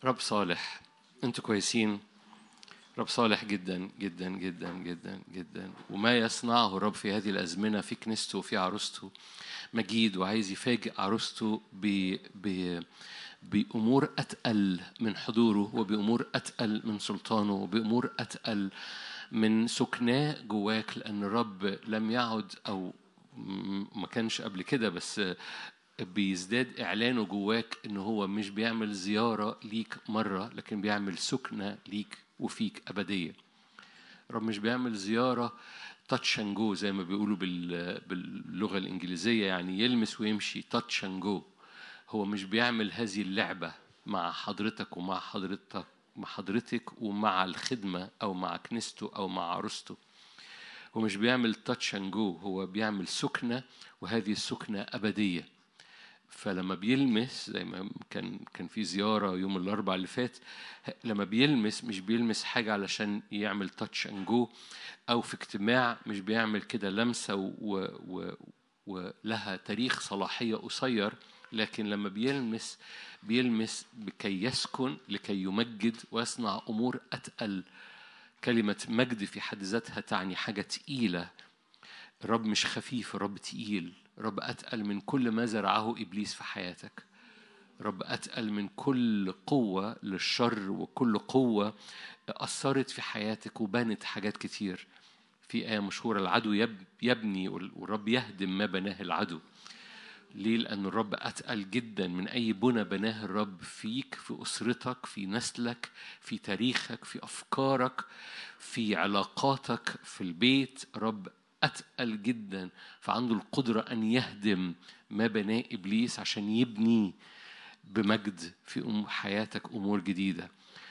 رب صالح، انتوا كويسين. رب صالح جدا جدا جدا جدا جدا، وما يصنعه الرب في هذه الأزمنة في كنيسته وفي عروسته مجيد، وعايز يفاجئ عروسته بأمور أتقل من حضوره، وبأمور أتقل من سلطانه، وبأمور أتقل من سكناه جواك، لأن الرب لم يعد، أو ما كانش قبل كده، بس بيزداد إعلانه جواك إنه هو مش بيعمل زيارة ليك مرة، لكن بيعمل سكنة ليك وفيك أبدية. الرب مش بيعمل زيارة تاتش اند جو زي ما بيقولوا باللغة الإنجليزية، يعني يلمس ويمشي، تاتش اند جو. هو مش بيعمل هذه اللعبة مع حضرتك ومع حضرتك، مع حضرتك ومع الخدمة أو مع كنيسته أو مع عروسته. هو مش بيعمل تاتش اند جو، هو بيعمل سكنة، وهذه السكنة أبدية. فلما بيلمس زي ما كان في زيارة يوم الأربعاء اللي فات، لما بيلمس مش بيلمس حاجة علشان يعمل تاتش اند جو، أو في اجتماع مش بيعمل كده لمسة ولها تاريخ صلاحية قصير، لكن لما بيلمس بكي يسكن، لكي يمجد ويصنع أمور أتقل. كلمة مجد في حد ذاتها تعني حاجة تقيلة. الرب مش خفيف، الرب تقيل. رب أتقل من كل ما زرعه إبليس في حياتك. رب أتقل من كل قوة للشر وكل قوة أثرت في حياتك وبنت حاجات كتير. في آية مشهورة: العدو يبني والرب يهدم ما بناه العدو. ليه؟ لأن الرب أتقل جدا من أي بنى بناه الرب فيك، في أسرتك، في نسلك، في تاريخك، في أفكارك، في علاقاتك في البيت. رب أتقل جدا، فعنده القدرة أن يهدم ما بناه إبليس عشان يبني بمجد في حياتك أمور جديدة.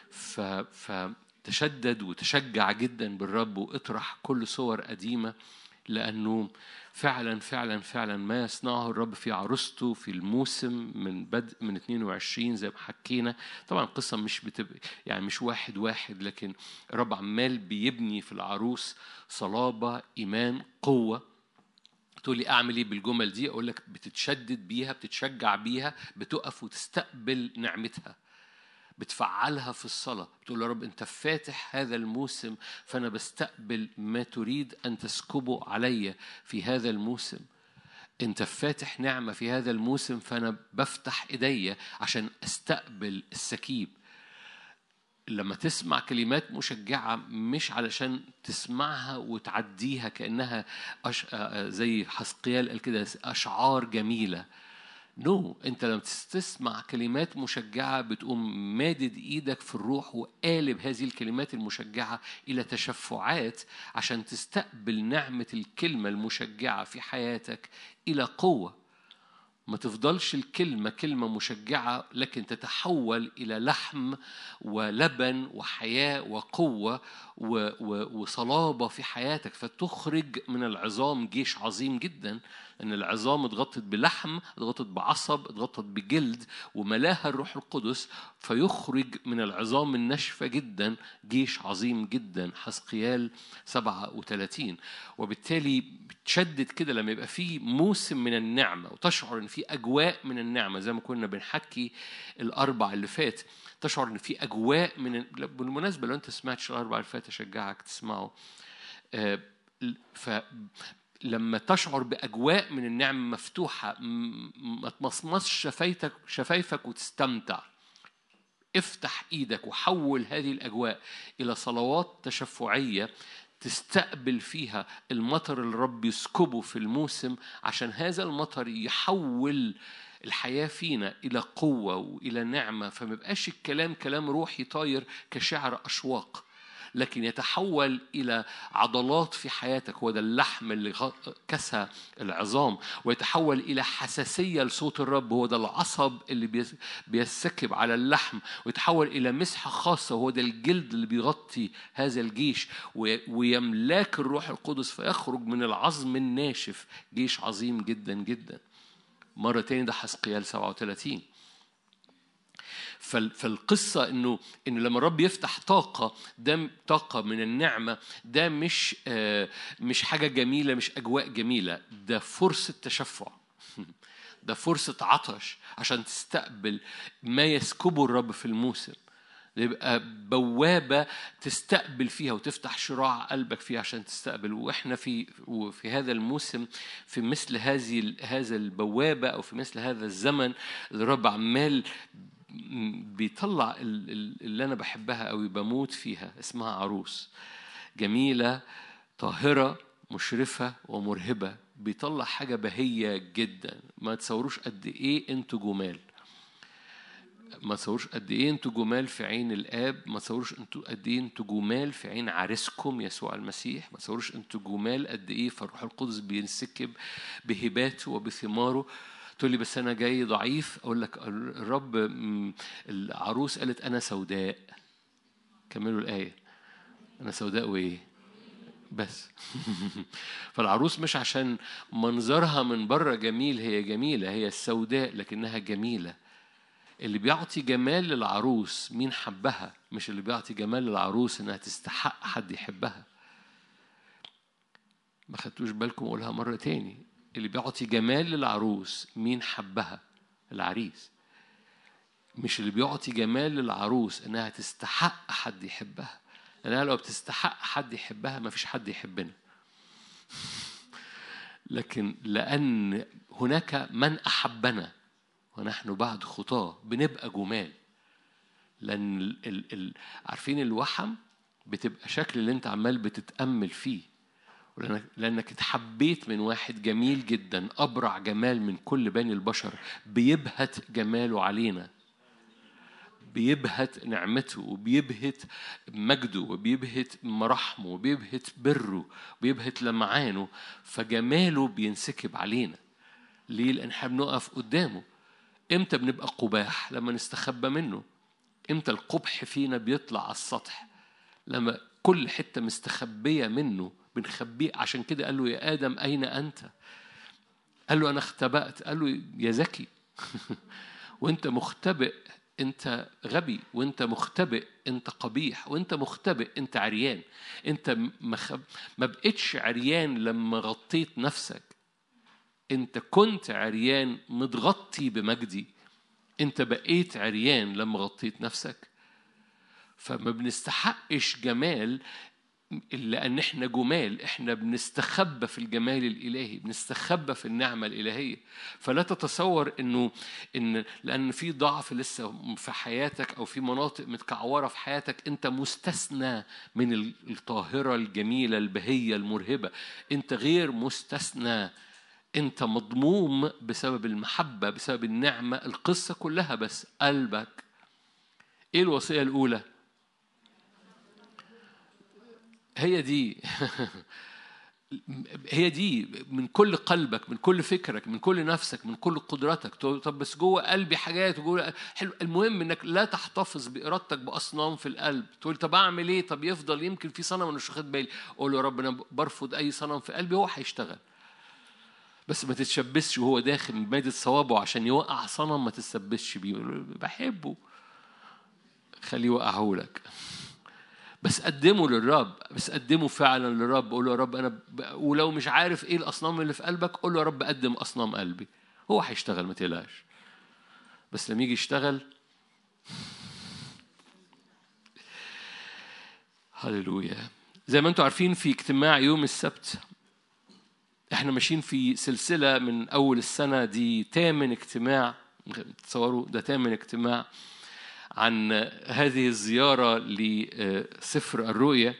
فتشدد وتشجع جدا بالرب، واطرح كل صور قديمة، لأنه فعلا فعلا فعلا ما يصنعه الرب في عروسته في الموسم من بدء من 22 زي ما حكينا. طبعا القصة مش يعني مش واحد واحد، لكن الرب عمال بيبني في العروس صلابة، إيمان، قوة. تقول لي أعمل إيه بالجمل دي؟ أقول لك بتتشدد بيها، بتتشجع بيها، بتقف وتستقبل نعمتها، بتفعلها في الصلاة. بتقول يا رب أنت فاتح هذا الموسم، فأنا بستقبل ما تريد أن تسكبه علي في هذا الموسم. أنت فاتح نعمة في هذا الموسم، فأنا بفتح إيدي عشان أستقبل السكيب. لما تسمع كلمات مشجعة مش علشان تسمعها وتعديها كأنها زي حسقيال قال كده أشعار جميلة. انت لما تسمع كلمات مشجعة بتقوم مادد ايدك في الروح وقالب هذه الكلمات المشجعة الى تشفعات عشان تستقبل نعمة الكلمة المشجعة في حياتك الى قوة. ما تفضلش الكلمة كلمة مشجعة، لكن تتحول إلى لحم ولبن وحياة وقوة وصلابة في حياتك، فتخرج من العظام جيش عظيم جدا. أن العظام اتغطت بلحم، اتغطت بعصب، اتغطت بجلد، وملاها الروح القدس، فيخرج من العظام الناشفة جدا جيش عظيم جدا. حسقيال 37. وبالتالي بتشدد كده لما يبقى في موسم من النعمة وتشعر ان في اجواء من النعمة، زي ما كنا بنحكي الاربع اللي فات. تشعر ان في اجواء بالمناسبة لو انت سمعتش الاربع اللي فات اشجعك تسمعه. فلما تشعر باجواء من النعمة مفتوحة، ما تمصمصش شفايفك وتستمتع. افتح ايدك وحول هذه الاجواء الى صلوات تشفعية تستقبل فيها المطر اللي الرب يسكبه في الموسم، عشان هذا المطر يحول الحياة فينا إلى قوة وإلى نعمة. فما بقاش الكلام كلام روحي طاير كشعر أشواق، لكن يتحول إلى عضلات في حياتك. هو ده اللحم اللي كسى العظام، ويتحول إلى حساسية لصوت الرب. هو ده العصب اللي بيسكب على اللحم، ويتحول إلى مسحة خاصة. هو ده الجلد اللي بيغطي هذا الجيش، ويملاك الروح القدس فيخرج من العظم الناشف جيش عظيم جدا جدا. مرة تاني ده حسقيال 37. فالقصة إنه لما الرب يفتح طاقة، ده طاقة من النعمة، ده مش حاجة جميلة، مش أجواء جميلة، ده فرصة تشفع. ده فرصة عطش عشان تستقبل ما يسكبه الرب في الموسم. يبقى بوابة تستقبل فيها وتفتح شراع قلبك فيها عشان تستقبل. وإحنا في هذا الموسم في مثل هذا البوابة أو في مثل هذا الزمن الرب عمال بيطلع اللي أنا بحبها أو بموت فيها، اسمها عروس جميلة طاهرة مشرفة ومرهبة. بيطلع حاجة بهية جدا. ما تصوروش قد إيه أنتوا جمال، ما تصوروش قد ايه انتوا جمال في عين الاب، ما تصوروش انتوا قد ايه انتوا جمال في عين عريسكم يسوع المسيح، ما تصوروش انتوا جمال قد ايه فالروح القدس بينسكب بهباته وبثماره. تقول لي بس انا جاي ضعيف، اقول لك الرب العروس قالت انا سوداء. كملوا الايه، انا سوداء وايه بس. فالعروس مش عشان منظرها من بره جميل هي جميله، هي السوداء لكنها جميله. اللي بيعطي جمال للعروس مين حبها، مش اللي بيعطي جمال للعروس انها تستحق حد يحبها. ما خدتوش بالكم؟ اقولها مرة تاني، اللي بيعطي جمال للعروس مين حبها؟ العريس. مش اللي بيعطي جمال للعروس انها تستحق حد يحبها، لانها لو بتستحق حد يحبها ما فيش حد يحبنا. لكن لأن هناك من أحبنا ونحن بعد خطاه بنبقى جمال. لأن عارفين الوحم بتبقى شكل اللي انت عمال بتتأمل فيه، لأنك اتحبيت من واحد جميل جدا، أبرع جمال من كل بني البشر، بيبهت جماله علينا، بيبهت نعمته وبيبهت مجده وبيبهت مراحمه وبيبهت بره وبيبهت لمعانه، فجماله بينسكب علينا. ليه؟ لأن احنا بنقف قدامه. امتى بنبقى قباح؟ لما نستخبى منه. امتى القبح فينا بيطلع على السطح؟ لما كل حتة مستخبية منه بنخبيه. عشان كده قال له يا آدم أين أنت؟ قال له أنا اختبأت. قال له يا ذكي وانت مختبئ انت غبي، وانت مختبئ انت قبيح، وانت مختبئ انت عريان. انت ما بقتش عريان لما غطيت نفسك، انت كنت عريان متغطي بمجدي. انت بقيت عريان لما غطيت نفسك. فما بنستحقش جمال لأن احنا جمال، احنا بنستخبى في الجمال الإلهي، بنستخبى في النعمة الإلهية. فلا تتصور إن لأن في ضعف لسه في حياتك أو في مناطق متكعورة في حياتك أنت مستثنى من الطاهرة الجميلة البهية المرهبة. أنت غير مستثنى، أنت مضموم بسبب المحبة، بسبب النعمة. القصة كلها بس قلبك. إيه الوصية الأولى؟ هي دي هي دي من كل قلبك، من كل فكرك، من كل نفسك، من كل قدرتك. طب بس جوه قلبي حاجات وجوه حلو. المهم انك لا تحتفظ بإرادتك بأصنام في القلب. تقول طب اعمل ايه؟ طب يفضل يمكن في صنم انا مش واخد بالي. قول له يا رب انا برفض اي صنم في قلبي. هو هيشتغل، بس ما تتشبثش وهو داخل مادة صوابه عشان يوقع صنم. ما تتشبثش بيه، بحبه خليه يوقعه لك. بس قدمه للرب، بس قدمه فعلا للرب. قول له يا رب أنا ولو مش عارف إيه الأصنام اللي في قلبك قول له يا رب قدم أصنام قلبي. هو هيشتغل ما تقلقش. بس لما يجي يشتغل هللويا. زي ما انتم عارفين في اجتماع يوم السبت احنا ماشيين في سلسلة من أول السنة دي 8 اجتماع. تصوروا ده 8 اجتماع عن هذه الزيارة لسفر الرؤيا.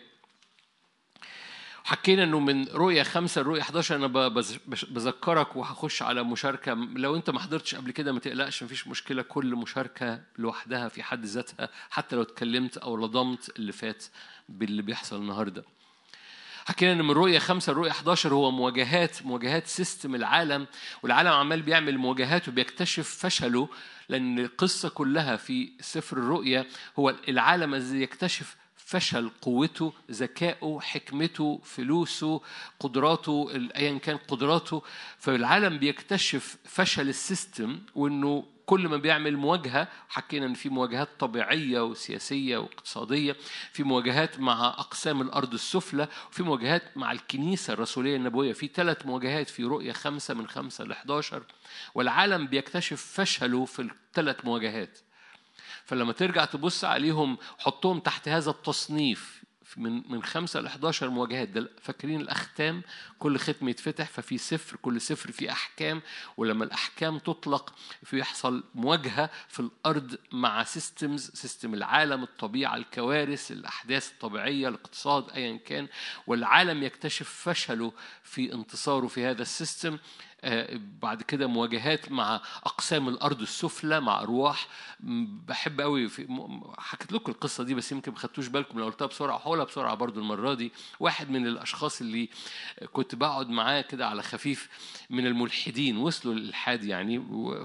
حكينا أنه من رؤية 5 لرؤية 11. أنا بذكرك وهخش على مشاركة. لو أنت ما حضرتش قبل كده ما تقلقش، مفيش مشكلة. كل مشاركة لوحدها في حد ذاتها، حتى لو اتكلمت أو لضمت اللي فات باللي بيحصل النهاردة. حكينا أن من رؤية 5 لرؤية 11 هو مواجهات سيستم العالم. والعالم عمال بيعمل مواجهات وبيكتشف فشله، لأن القصة كلها في سفر الرؤيا هو العالم الذي يكتشف فشل قوته، ذكائه، حكمته، فلوسه، قدراته، أيا كان قدراته. فالعالم بيكتشف فشل السيستم، وأنه كل ما بيعمل مواجهة. حكينا أن في مواجهات طبيعية وسياسية واقتصادية، في مواجهات مع أقسام الأرض السفلى، وفي مواجهات مع الكنيسة الرسولية النبوية. في 3 مواجهات في رؤية 5 من 5 ل 11. والعالم بيكتشف فشله في ال3 مواجهات. فلما ترجع تبص عليهم حطهم تحت هذا التصنيف من 5 ل 11 مواجهات. ده فاكرين الأختام، كل ختم يتفتح ففي سفر، كل سفر فيه أحكام، ولما الأحكام تطلق يحصل مواجهة في الأرض مع سيستم العالم، الطبيعة، الكوارث، الأحداث الطبيعية، الاقتصاد، أيا كان، والعالم يكتشف فشله في انتصاره في هذا السيستم. بعد كده مواجهات مع أقسام الأرض السفلى، مع أرواح. بحب قوي حكيت لكم القصة دي بس يمكن ما خدتوش بالكم لو قلتها بسرعة. هقولها بسرعة برضو المرة دي. واحد من الأشخاص اللي كنت بقعد معاه كده على خفيف من الملحدين، وصلوا للإلحاد يعني،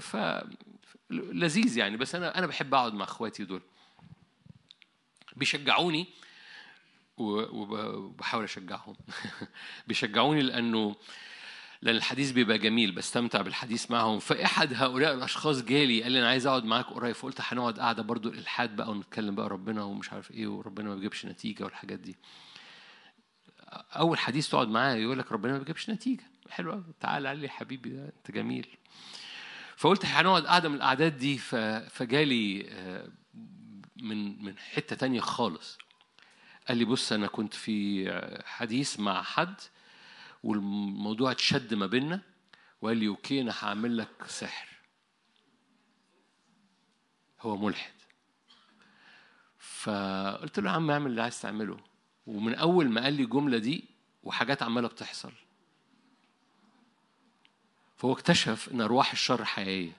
لذيذ يعني، بس أنا بحب أقعد مع إخواتي دول، بيشجعوني وبحاول أشجعهم. بيشجعوني لأن الحديث بيبقى جميل، بستمتع بالحديث معهم. فأحد هؤلاء الأشخاص جالي قال لي أنا عايز أقعد معاك قريب، فقلت هنقعد قاعدة برضو الإلحاد بقى ونتكلم بقى ربنا ومش عارف إيه، وربنا ما بيجيبش نتيجة والحاجات دي. أول حديث تقعد معاه يقول لك ربنا ما بيجيبش نتيجة، حلو قوي، تعال قال لي حبيبي ده أنت جميل. فقلت هنقعد قاعدة من الأعداد دي. فجالي من حتة تانية خالص، قال لي بص أنا كنت في حديث مع حد والموضوع اتشد ما بيننا، وقال لي اوكي انا هعمل لك سحر. هو ملحد. فقلت له يا عم اعمل اللي عايز تعمله. ومن اول ما قال لي الجمله دي وحاجات عماله بتحصل، فهو اكتشف ان ارواح الشر حقيقيه.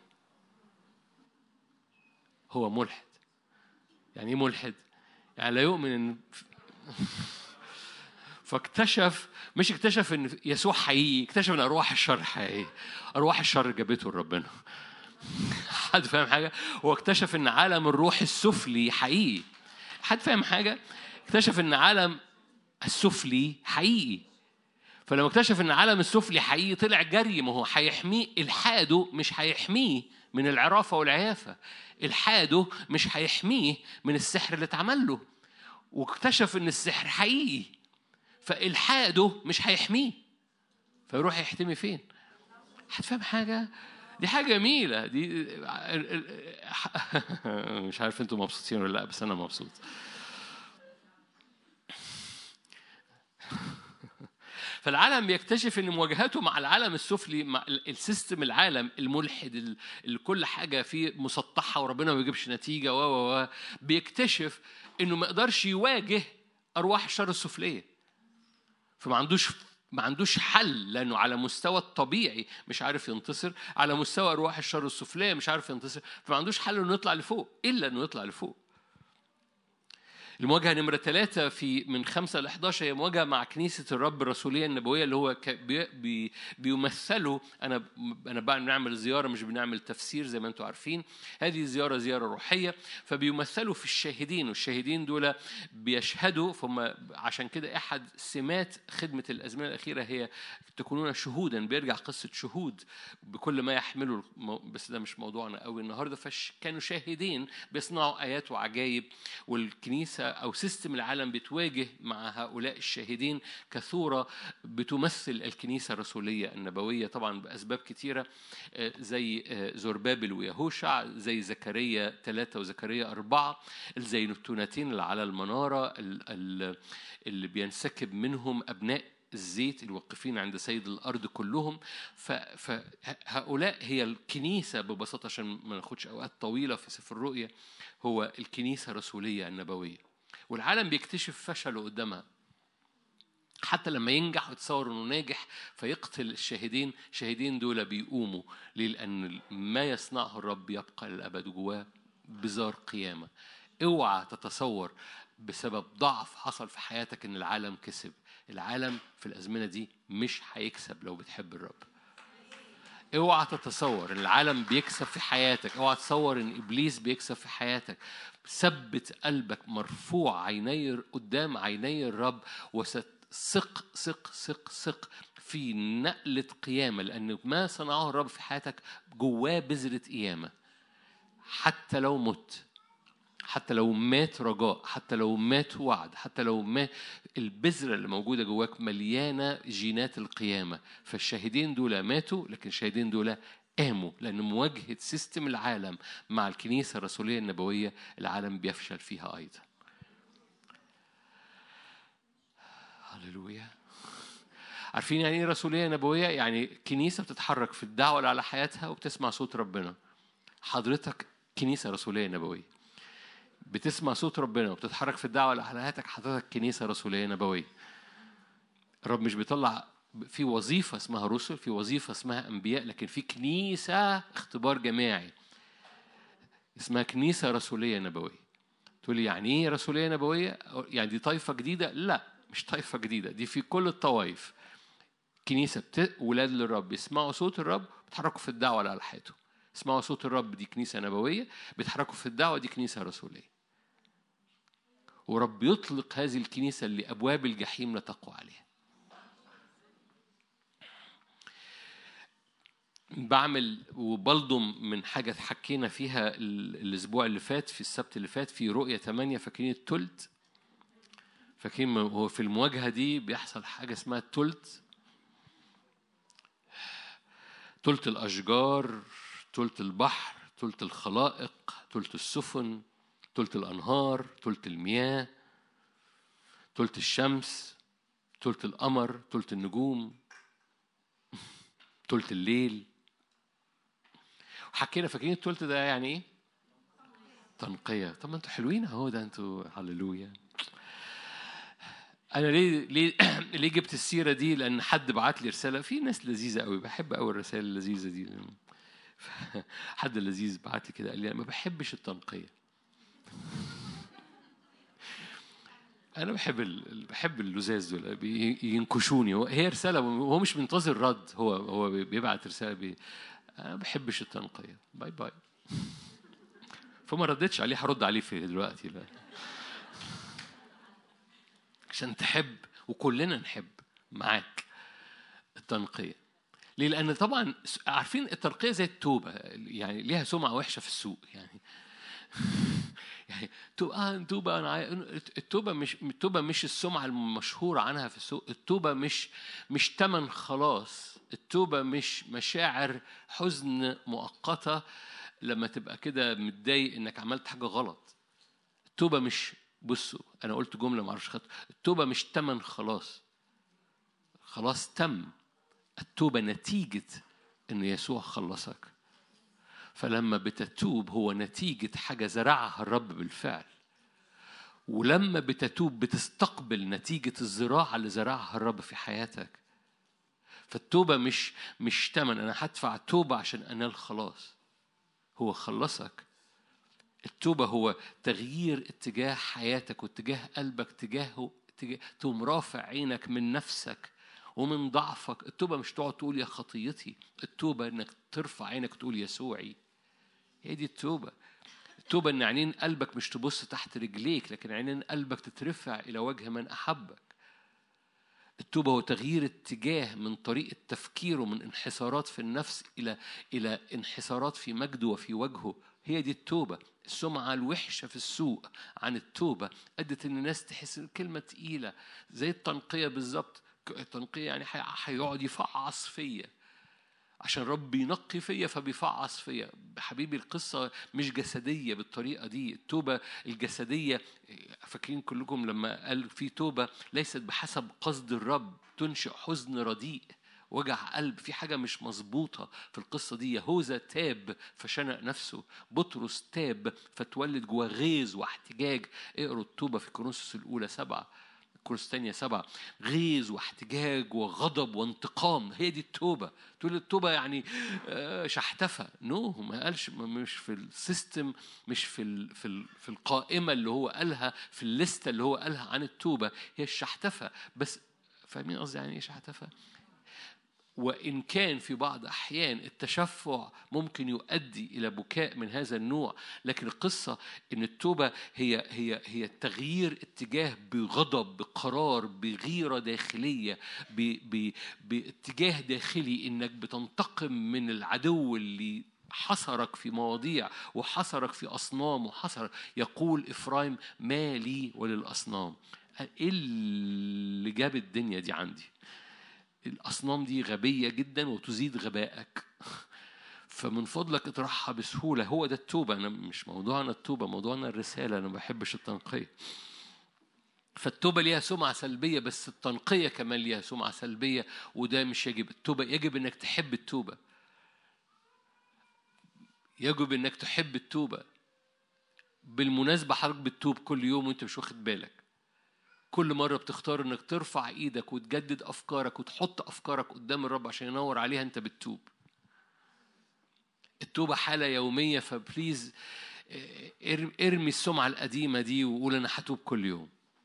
هو ملحد. يعني ايه ملحد؟ يعني لا يؤمن ان فاكتشف، مش اكتشف ان يسوع حقيقي، اكتشف ان ارواح الشر حقيقيه. ارواح الشر جابته لربنا. حد فاهم حاجه؟ هو اكتشف ان عالم الروح السفلي حقيقي. حد فاهم حاجه؟ اكتشف ان عالم السفلي حقيقي. فلما اكتشف ان عالم السفلي حقيقي طلع جري. ما هو هيحميه، الحاده مش هيحميه من العرافه والعيافه، الحاده مش هيحميه من السحر اللي اتعمل له. واكتشف ان السحر حقيقي، فالحاده مش هيحميه، فيروح يحتمي فين؟ هتفهم حاجة؟ دي حاجة جميلة دي. مش عارف انتوا مبسوطين ولا لا، بس انا مبسوط. فالعالم بيكتشف ان مواجهته مع العالم السفلي، مع السيستم العالم الملحد اللي كل حاجة فيه مسطحة وربنا ما بيجيبش نتيجة بيكتشف انه ما يقدرش يواجه ارواح الشر السفلية. ما عندوش حل، لأنه على مستوى الطبيعي مش عارف ينتصر، على مستوى أرواح الشر السفلية مش عارف ينتصر، فما عندوش حل إنه يطلع لفوق إلا إنه يطلع لفوق. المواجهة نمرة 3 في من 5 ل 11 هي مواجهة مع كنيسة الرب الرسولية النبوية، اللي هو بيمثلوا. أنا بنعمل زيارة مش بنعمل تفسير زي ما أنتم عارفين. هذه زيارة روحية، فبيمثلوا في الشاهدين، والشاهدين دول بيشهدوا. فهم عشان كده أحد سمات خدمة الأزمنة الأخيرة هي تكونون شهودا. بيرجع قصة شهود بكل ما يحملوا، بس ده مش موضوعنا قوي النهاردة. كانوا شاهدين بيصنعوا آيات وعجائب، والكنيسة أو سيستم العالم بتواجه مع هؤلاء الشاهدين كثورة بتمثل الكنيسة الرسولية النبوية، طبعا بأسباب كتيرة، زي زربابل ويهوشع، زي زكريا 3 وزكريا 4، زي النتونتين اللي على المنارة اللي بينسكب منهم أبناء الزيت الواقفين عند سيد الأرض كلهم. فهؤلاء هي الكنيسة ببساطة، عشان ما ناخدش أوقات طويلة في سفر الرؤيا. هو الكنيسة الرسولية النبوية، والعالم بيكتشف فشله قدامها. حتى لما ينجح ويتصور انه ناجح فيقتل الشاهدين، الشاهدين دول بيقوموا ليه؟ لأن ما يصنعه الرب يبقى للأبد جواه بزار قيامة. اوعى تتصور بسبب ضعف حصل في حياتك ان العالم كسب. العالم في الأزمنة دي مش هيكسب لو بتحب الرب. اوعى تتصور ان العالم بيكسب في حياتك، اوعى تتصور ان ابليس بيكسب في حياتك. ثبت قلبك مرفوع عيني قدام عيني الرب، وثق ثق ثق ثق في نقلة قيامة، لأن ما صنعه الرب في حياتك جواه بذرة قيامة. حتى لو مت، حتى لو مات رجاء، حتى لو مات وعد، حتى لو مات، البذرة اللي موجودة جواك مليانة جينات القيامة. فالشاهدين دول ماتوا، لكن الشاهدين دول قاموا، لأن مواجهة سيستم العالم مع الكنيسة الرسولية النبوية العالم بيفشل فيها أيضا. هللويا. عارفين يعني ايه رسولية نبوية؟ يعني كنيسة بتتحرك في الدعوة على حياتها وبتسمع صوت ربنا. حضرتك كنيسة رسولية نبوية، بتسمع صوت ربنا وبتتحرك في الدعوة على حياتك. حضرتك كنيسة رسولية نبوية. الرب مش بيطلع في وظيفة اسمها رسل، في وظيفة اسمها أنبياء، لكن في كنيسة اختبار جماعي اسمها كنيسة رسولية نبوية. تقول لي يعني ايه رسولية نبوية؟ يعني دي طائفة جديدة؟ لا، مش طائفة جديدة، دي في كل الطوائف. كنيسة ولاد للرب يسمعوا صوت الرب بيتحركوا في الدعوة على حياته. اسمعوا صوت الرب، دي كنيسة نبوية. بيتحركوا في الدعوة، دي كنيسة رسولية. ورب يطلق هذه الكنيسة اللي أبواب الجحيم لا تقوى عليها. بعمل وبلضم من حاجة حكينا فيها الأسبوع اللي فات، في السبت اللي فات، في رؤية 8. فاكرين التلت؟ فاكرين هو في المواجهة دي بيحصل حاجة اسمها التلت. تلت الأشجار، تلت البحر، تلت الخلائق، تلت السفن، تلت الأنهار، تلت المياه، تلت الشمس، تلت القمر، تلت النجوم، تلت الليل. وحكينا فاكرين التلت ده يعني ايه؟ تنقية. طب ما انتوا حلوين اهو، ده انتوا هللويا. انا ليه جبت السيرة دي؟ لان حد بعت لي رسالة. في ناس لذيذة قوي، بحب قوي الرسائل اللذيذة دي. حد لذيذ بعت لي كده، قال لي ما بحبش التنقية. أنا بحب اللزاز دول ينكشوني. هي رسالة، هو مش منتظر رد، هو بيبعت رسالة أنا ما بحبش التنقية، باي باي. فما ردتش عليه، هرد عليه في دلوقتي لا. عشان تحب وكلنا نحب معاك التنقية. ليه؟ لأن طبعا عارفين التنقية زي التوبة، يعني ليها سمعة وحشة في السوق. يعني التوبة التوبة مش السمعة المشهورة عنها في السوق. التوبة مش تمن خلاص. التوبة مش مشاعر حزن مؤقتة لما تبقى كده متضايق إنك عملت حاجة غلط. التوبة مش، بصوا أنا قلت جملة معرفش خط. التوبة مش تمن خلاص. خلاص تم. التوبة نتيجة إن يسوع خلصك. فلما بتتوب هو نتيجة حاجة زرعها الرب بالفعل. ولما بتتوب بتستقبل نتيجة الزراعة اللي زرعها الرب في حياتك. فالتوبة مش تمن أنا هدفع توبة عشان أنال خلاص. هو خلصك. التوبة هو تغيير اتجاه حياتك واتجاه قلبك تجاهه. تقوم رافع عينك من نفسك ومن ضعفك. التوبة مش تقعد تقول يا خطيتي. التوبة إنك ترفع عينك تقول يسوعي. هي دي التوبة. التوبة إن عينين قلبك مش تبص تحت رجليك، لكن عينين قلبك تترفع إلى وجه من أحبك. التوبة هو تغيير اتجاه من طريقة تفكيره من انحسارات في النفس إلى انحسارات في مجده وفي وجهه. هي دي التوبة. السمعة الوحشة في السوق عن التوبة أدت إن الناس تحس الكلمة تقيلة، زي التنقية بالظبط. التنقية يعني هيقعد يفعص فيا عشان رب ينقي فيا فبيفعص فيا. حبيبي القصة مش جسدية بالطريقة دي. التوبة الجسدية، فاكرين كلكم لما قال في توبة ليست بحسب قصد الرب تنشئ حزن رديء وجع قلب. في حاجة مش مظبوطة في القصة دي. يهوذا تاب فشنق نفسه. بطرس تاب فتولد جواه غيظ واحتجاج. اقروا التوبة في كورنثوس الأولى 7، كورنثوس الثانية 7. غيظ واحتجاج وغضب وانتقام. هي دي التوبة. تقول التوبة يعني شحتفة. نو، ما قالش. مش في السيستم، مش في القائمة اللي هو قالها، في الليستة اللي هو قالها عن التوبة. هي الشحتفة بس. فاهمين قصدي يعني ايه شحتفة؟ وإن كان في بعض أحيان التشفع ممكن يؤدي إلى بكاء من هذا النوع، لكن القصة إن التوبة هي تغيير اتجاه بغضب، بقرار، بغيرة داخلية، باتجاه داخلي إنك بتنتقم من العدو اللي حصرك في مواضيع وحصرك في أصنام وحصر. يقول إفرايم ما لي وللأصنام. إيه اللي جاب الدنيا دي عندي؟ الأصنام دي غبية جدا وتزيد غبائك. فمن فضلك اطرحها بسهولة. هو ده التوبة. أنا مش موضوعنا التوبة، موضوعنا الرسالة. أنا ما بحبش التنقية. فالتوبة ليها سمعة سلبية، بس التنقية كمان ليها سمعة سلبية، وده مش يجب. التوبة يجب إنك تحب التوبة، يجب إنك تحب التوبة. بالمناسبة حضرتك بتتوب كل يوم وأنت مش واخد بالك. كل مرة بتختار إنك ترفع إيدك وتجدد أفكارك وتحط أفكارك قدام الرب عشان ينور عليها، أنت بتتوب. التوبة حالة يومية. فبليز ارمي السمعة القديمة دي وقول أنا هتوب كل يوم.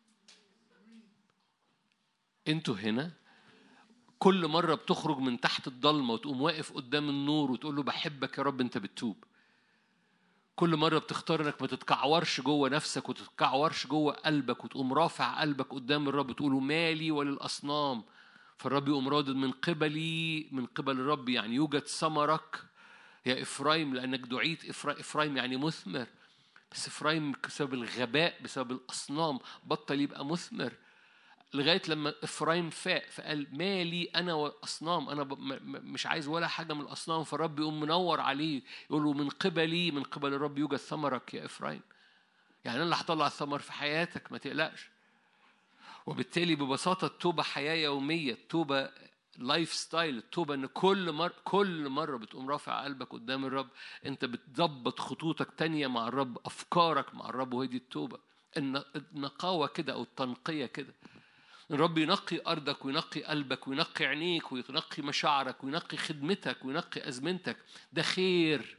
أنتوا هنا كل مرة بتخرج من تحت الضلمة وتقوم واقف قدام النور وتقول له بحبك يا رب، أنت بتتوب. كل مرة بتختار انك ما تتكعورش جوه نفسك وتتكعورش جوه قلبك وتقوم رافع قلبك قدام الرب تقوله مالي وللأصنام. فالرب يقوم رادد من قبلي، من قبل الرب يعني يوجد ثمرك يا إفرايم، لأنك دعيت إفرايم يعني مثمر. بس إفرايم بسبب الغباء، بسبب الأصنام بطل يبقى مثمر، لغاية لما إفرايم فاق فقال مالي أنا والأصنام، أنا مش عايز ولا حاجة من الأصنام. فالرب يقوم منور عليه يقول له من قبلي، من قبل الرب يوجد ثمرك يا إفرايم. يعني أنا اللي هطلع الثمر في حياتك، ما تقلقش. وبالتالي ببساطة التوبة حياة يومية، التوبة لايف ستايل. التوبة إن كل مرة بتقوم رافع قلبك قدام الرب، أنت بتضبط خطوطك تانية مع الرب، أفكارك مع الرب، وهي دي التوبة. النقاوة كده أو التنقية كده. الرب ينقي أرضك وينقي قلبك وينقي عينيك وينقي مشاعرك وينقي خدمتك وينقي أزمنتك. ده خير.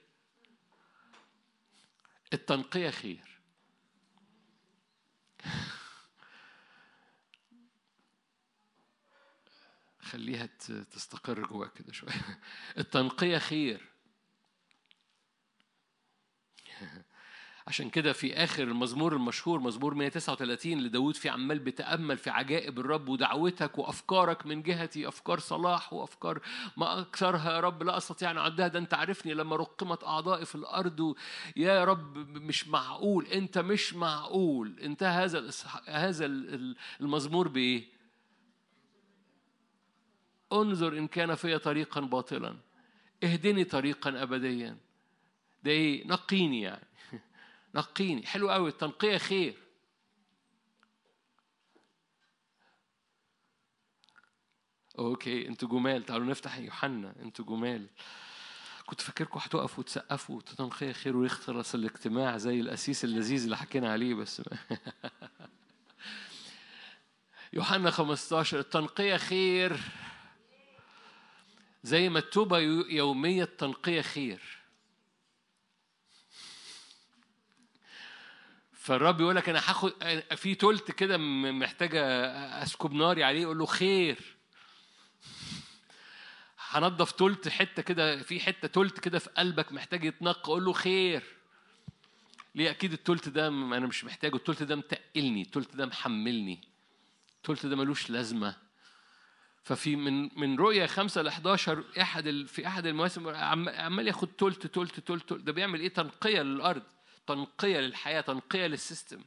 التنقية خير. خليها تستقر جواك كده شوية. التنقية خير. عشان كده في آخر المزمور المشهور مزمور 139 لداود، في عمال بتأمل في عجائب الرب ودعوتك وأفكارك من جهتي، أفكار صلاح وأفكار ما أكثرها يا رب لا أستطيع أن أعدها. ده أنت عارفني لما رقمت أعضائي في الأرض. يا رب مش معقول، أنت مش معقول. انتهى هذا المزمور بإيه؟ انظر إن كان في طريقا باطلا اهدني طريقا أبديا. ده إيه؟ نقيني يعني. نقيني. حلو قوي. التنقية خير. اوكي انتوا جمال. تعالوا نفتح يوحنا. انتوا جمال. كنت فاكركم هتقفوا وتسقفوا تنقية خير ويخلص الاجتماع زي الأسيس اللذيذ اللي حكينا عليه بس. يوحنا 15 التنقية خير. زي ما التوبة يومية، التنقية خير. فالرب يقول لك أنا هاخد في تلت كده محتاجة أسكب ناري عليه، يقول له خير. هنضف تلت حتة كده، في حتة تلت كده في قلبك محتاج يتنقى، قول له خير. ليه؟ أكيد التلت ده أنا مش محتاجه، التلت ده متقلني، التلت ده محملني، التلت ده ملوش لازمة. ففي من رؤية 5-11 في أحد المواسم عمال ياخد تلت. ده بيعمل إيه؟ تنقية للأرض، تنقية للحياة، تنقية للسيستم.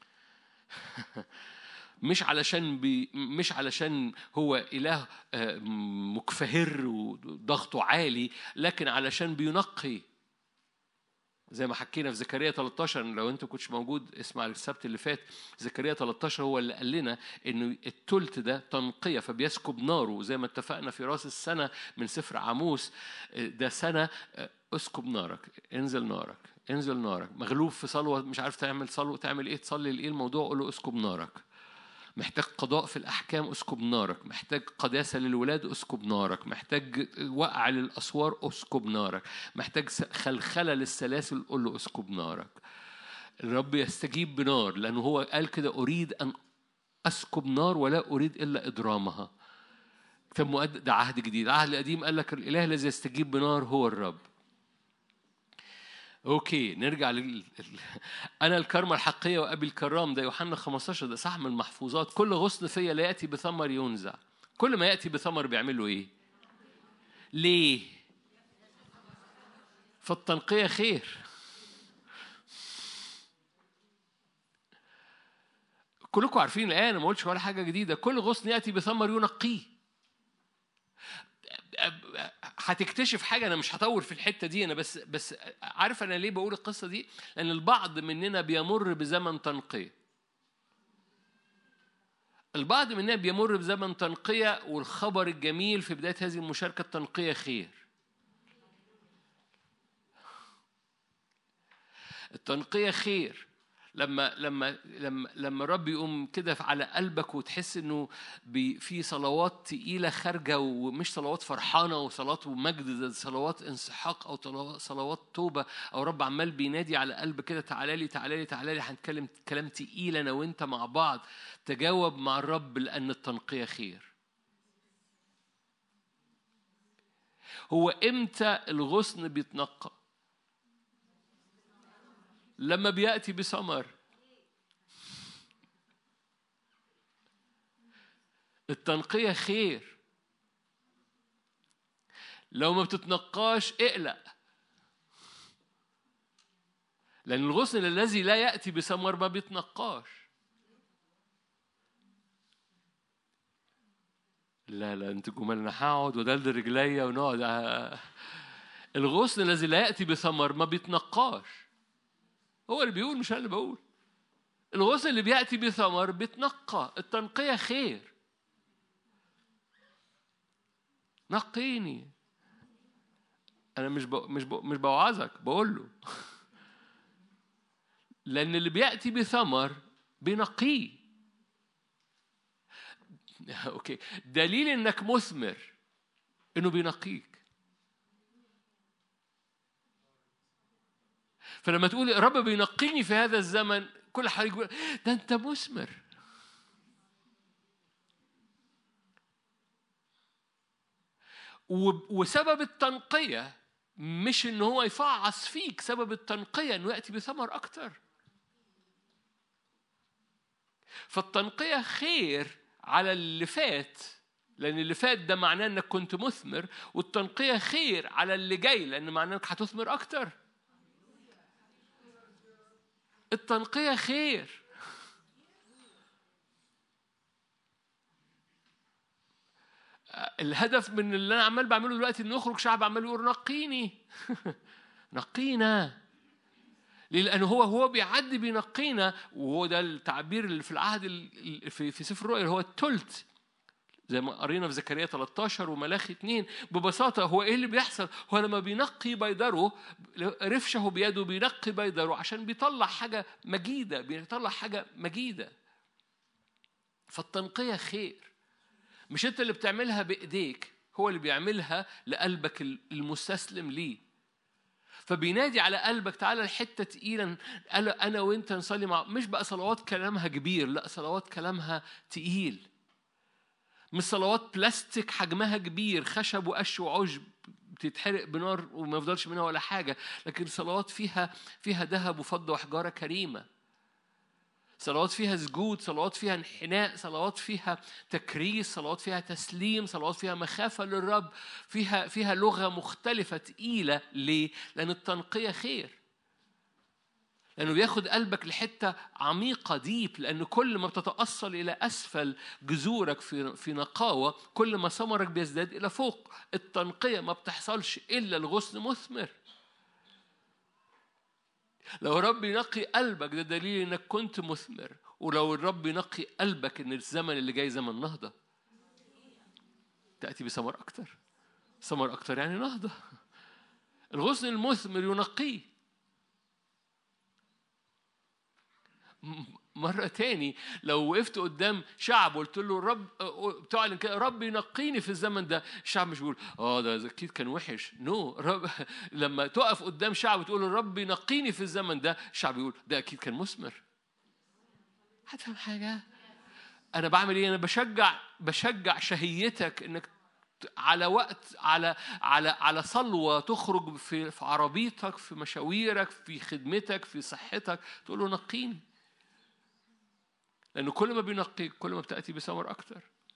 مش علشان هو إله مكفهر وضغطه عالي، لكن علشان بينقي. زي ما حكينا في زكريا 13، لو انت كنتش موجود اسمع السبت اللي فات. زكريا 13 هو اللي قال لنا انه التلت ده تنقية، فبيسكب ناره زي ما اتفقنا في راس السنة من سفر عاموس. ده سنة اسكب نارك، انزل نارك، انزل نارك. مغلوب في صلوة مش عارف تعمل صلوة، تعمل ايه، تصلي لايه الموضوع، قول له اسكب نارك. محتاج قضاء في الأحكام، أسكب نارك. محتاج قداسة للولاد، أسكب نارك. محتاج وقع للأسوار، أسكب نارك. محتاج خلخلة للسلاسل، قل له أسكب نارك. الرب يستجيب بنار، لأنه هو قال كده أريد أن أسكب نار ولا أريد إلا إضرامها. ده عهد جديد. العهد القديم قال لك الإله الذي يستجيب بنار هو الرب. اوكي نرجع انا الكرمة الحقية وابي الكرام. ده يوحنا 15، ده صح من المحفوظات. كل غصن فيا لا ياتي بثمر ينزع. كل ما ياتي بثمر بيعملوا ايه؟ ليه؟ فالتنقية خير. كلكم عارفين الآية، انا ما قلتش ولا حاجة جديدة. كل غصن ياتي بثمر ينقيه. هتكتشف حاجة. أنا مش هطور في الحتة دي، أنا بس عارف أنا ليه بقول القصة دي؟ لأن البعض مننا بيمر بزمن تنقية. البعض مننا بيمر بزمن تنقية، والخبر الجميل في بداية هذه المشاركة التنقية خير. التنقية خير. لما الرب يقوم كده على قلبك وتحس انه في صلوات تقيلة خارجة، ومش صلوات فرحانة وصلوات ومجد، ده صلوات انسحاق او صلوات توبة، او رب عمال بينادي على قلب كده تعالى لي تعالى لي تعالى لي، هنتكلم كلام تقيل انا وانت مع بعض. تجاوب مع الرب لان التنقية خير. هو امتى الغصن بيتنقى؟ لما بيأتي بثمر. التنقية خير. لو ما بتتنقاش اقلق، لأن الغصن الذي لا يأتي بثمر ما بيتنقاش. لا انت جمال، انا هقعد ودلدل رجليا ونقعد. الغصن الذي لا يأتي بثمر ما بيتنقاش. هو اللي بيقول، مش أنا اللي بقول. الغصن اللي بيأتي بثمر بيتنقى. التنقية خير. نقيني. أنا مش بوعظك، بقول له لأن اللي بيأتي بثمر بينقيه. أوكي، دليل إنك مثمر إنه بينقيك. فلما تقول الرب بينقيني في هذا الزمن، كل حد يقول ده أنت مثمر. وسبب التنقية مش إن هو يفعص فيك، سبب التنقية إنه يأتي بثمر أكتر. فالتنقية خير على اللي فات، لأن اللي فات ده معناه إنك كنت مثمر، والتنقية خير على اللي جاي لأن معناه إنك هتثمر أكتر. التنقية خير. الهدف من اللي أنا عمال بعمله دلوقتي إن نخرج شعب عمال يقول نقيني نقينا. لأنه هو بيعدي بينقينا، وهو ده التعبير اللي في العهد في سفر الرؤيا، هو التلت، زي ما قرينا في زكريا 13 وملاخي 2. ببساطة هو إيه اللي بيحصل؟ هو لما بينقي بيدره، رفشه بيده بينقي بيدره عشان بيطلع حاجة مجيدة، بيطلع حاجة مجيدة. فالتنقية خير. مش أنت اللي بتعملها بإيديك، هو اللي بيعملها لقلبك المستسلم ليه. فبينادي على قلبك تعالى الحتة تقيلا، أنا وإنت نصلي مع، مش بقى صلوات كلامها كبير، لا صلوات كلامها تقيل. مش صلوات بلاستيك حجمها كبير، خشب وقش وعشب بتتحرق بنار وما يفضلش منها ولا حاجة، لكن صلوات فيها ذهب وفضة وحجارة كريمة. صلوات فيها سجود، صلوات فيها انحناء، صلوات فيها تكريس، صلوات فيها تسليم، صلوات فيها مخافة للرب، فيها لغة مختلفة تقيلة. ليه؟ لأن التنقية خير. لأنه بياخد قلبك لحتة عميقة ديب، لأن كل ما بتتأصل إلى أسفل جذورك في نقاوة، كل ما ثمرك بيزداد إلى فوق. التنقية ما بتحصلش إلا الغصن مثمر. لو الرب ينقي قلبك ده دليل إنك كنت مثمر. ولو الرب ينقي قلبك إن الزمن اللي جاي زمن نهضة، تأتي بثمر أكتر. ثمر أكتر يعني نهضة. الغصن المثمر ينقيه. مرة تاني لو وقفت قدام شعب وقلت له الرب تعلن كده رب ينقيني في الزمن ده، الشعب مش بيقول ده أكيد كان وحش. رب لما تقف قدام شعب وتقول الرب ينقيني في الزمن ده، الشعب يقول ده أكيد كان مثمر. هتفهم حاجة؟ أنا بعمل إيه؟ أنا بشجع شهيتك إنك على وقت، على صلوة تخرج في عربيتك، في مشاويرك، في خدمتك، في صحتك، تقول له نقيني. لأنه كل ما بينقيك كل ما بتأتي بثمر أكتر.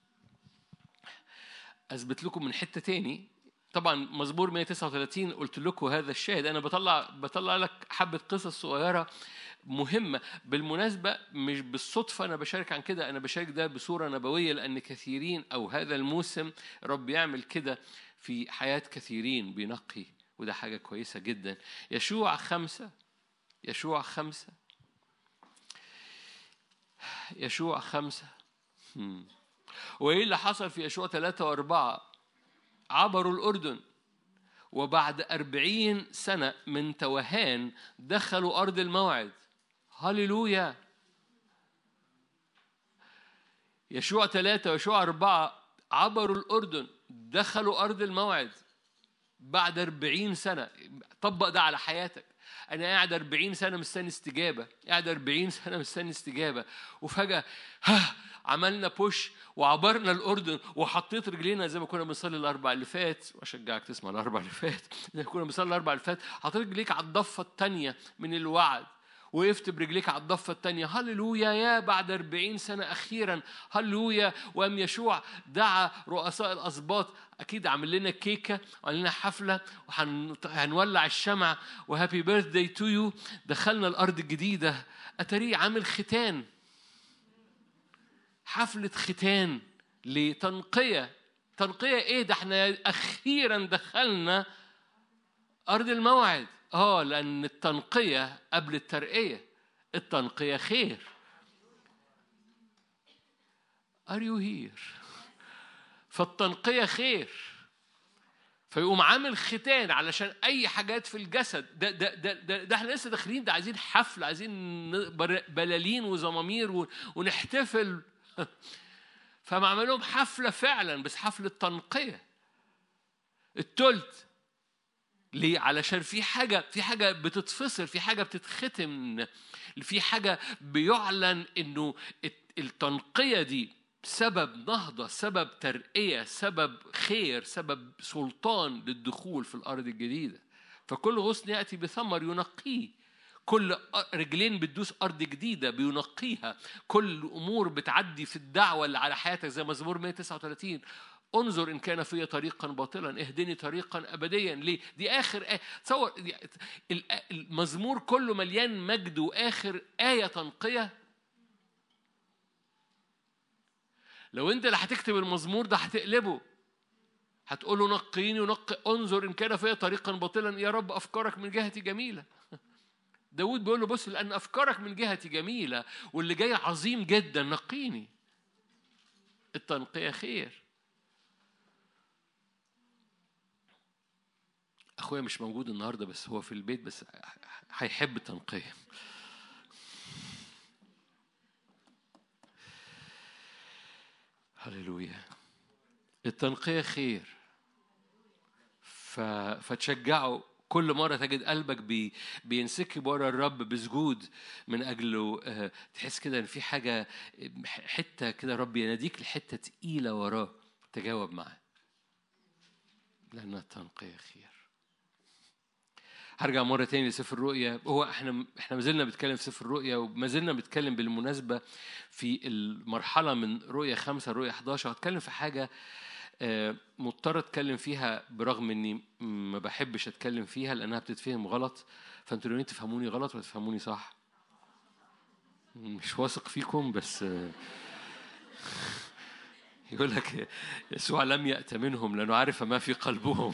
أثبت لكم من حتة تاني. طبعا مزمور 139 قلت لكم هذا الشاهد. أنا بطلع لك حبة قصص صغيرة مهمة بالمناسبة، مش بالصدفة أنا بشارك عن كده. أنا بشارك ده بصورة نبوية، لأن كثيرين أو هذا الموسم رب يعمل كده في حياة كثيرين بينقي، وده حاجة كويسة جدا. يشوع 5 يشوع 5 يشوع 5 وإيه اللي حصل في يشوع 3 و4؟ عبروا الأردن، وبعد 40 سنة من توهان دخلوا أرض الموعد. هللويا. يشوع 3 ويشوع 4 عبروا الأردن، دخلوا أرض الموعد بعد 40 سنة. طبق ده على حياتك. أنا قاعد 40 سنة مستني استجابة، قاعد 40 سنة مستني استجابة، وفجأة عملنا بوش وعبرنا الأردن وحطيت رجلينا زي ما كنا بنصلي الأربع اللي فات، وأشجعك تسمع الأربع اللي فات. زي ما كنا بنصلي الأربع اللي فات، حطيت رجليك على الضفة التانية من الوعد، وقفت برجليك على الضفة التانية. هللويا. يا بعد 40 سنة أخيرا، هللويا. وأم يشوع دعا رؤساء الأسباط، أكيد عمل لنا كيكة وعمل لنا حفلة وهنولع الشمع وهابي بيرث داي تو يو. دخلنا الأرض الجديدة. أتاري عامل ختان، حفلة ختان لتنقية. تنقية إيه ده؟ احنا أخيرا دخلنا أرض الموعد. لأن التنقية قبل الترقية. التنقية خير. Are you here؟ فالتنقية خير. فيقوم عامل ختان علشان أي حاجات في الجسد. ده احنا لسه داخلين، ده عايزين حفل، عايزين بلالين وزمامير ونحتفل. فما عملهم حفلة فعلا، بس حفلة تنقية. التلت ليه؟ علشان في حاجة بتتفصل، في حاجة بتتختم، في حاجة بيعلن إنه التنقية دي سبب نهضة، سبب ترقية، سبب خير، سبب سلطان للدخول في الأرض الجديدة. فكل غصن يأتي بثمر ينقيه. كل رجلين بتدوس أرض جديدة بينقيها. كل أمور بتعدي في الدعوة اللي على حياتك، زي مزمور 139، انظر إن كان في طريقا باطلا اهدني طريقا أبديا. ليه؟ دي آخر آية. تصور المزمور كله مليان مجد، وآخر آية تنقية. لو أنت اللي هتكتب المزمور ده هتقلبه، هتقول له نقيني ونقي، انظر إن كان في طريقا باطلا يا رب أفكارك من جهتي جميلة. داود بيقول له بص، لأن أفكارك من جهتي جميلة واللي جاي عظيم جدا، نقيني. التنقية خير. أخويا مش موجود النهاردة، بس هو في البيت، بس هيحب التنقية. هللويا. التنقية خير. فتشجعوا كل مرة تجد قلبك بينسكب ورا الرب بسجود من أجله. تحس كده إن في حاجة، حتة كده رب يناديك لحتة تقيلة وراه، تجاوب معاه، لأن التنقية خير. هرجع مرة تاني لسفر الرؤيا. احنا ما زلنا بنتكلم في سفر الرؤيا، وما زلنا بنتكلم بالمناسبة في المرحلة من رؤيا 5 لرؤيا 11. هتكلم في حاجة مضطر اتكلم فيها برغم اني ما بحبش اتكلم فيها لانها بتتفهم غلط. فانتوا لو تفهموني غلط ولا تفهموني صح، مش واثق فيكم، بس يقول لك يسوع لم يأت منهم لأنه عارف ما في قلبهم.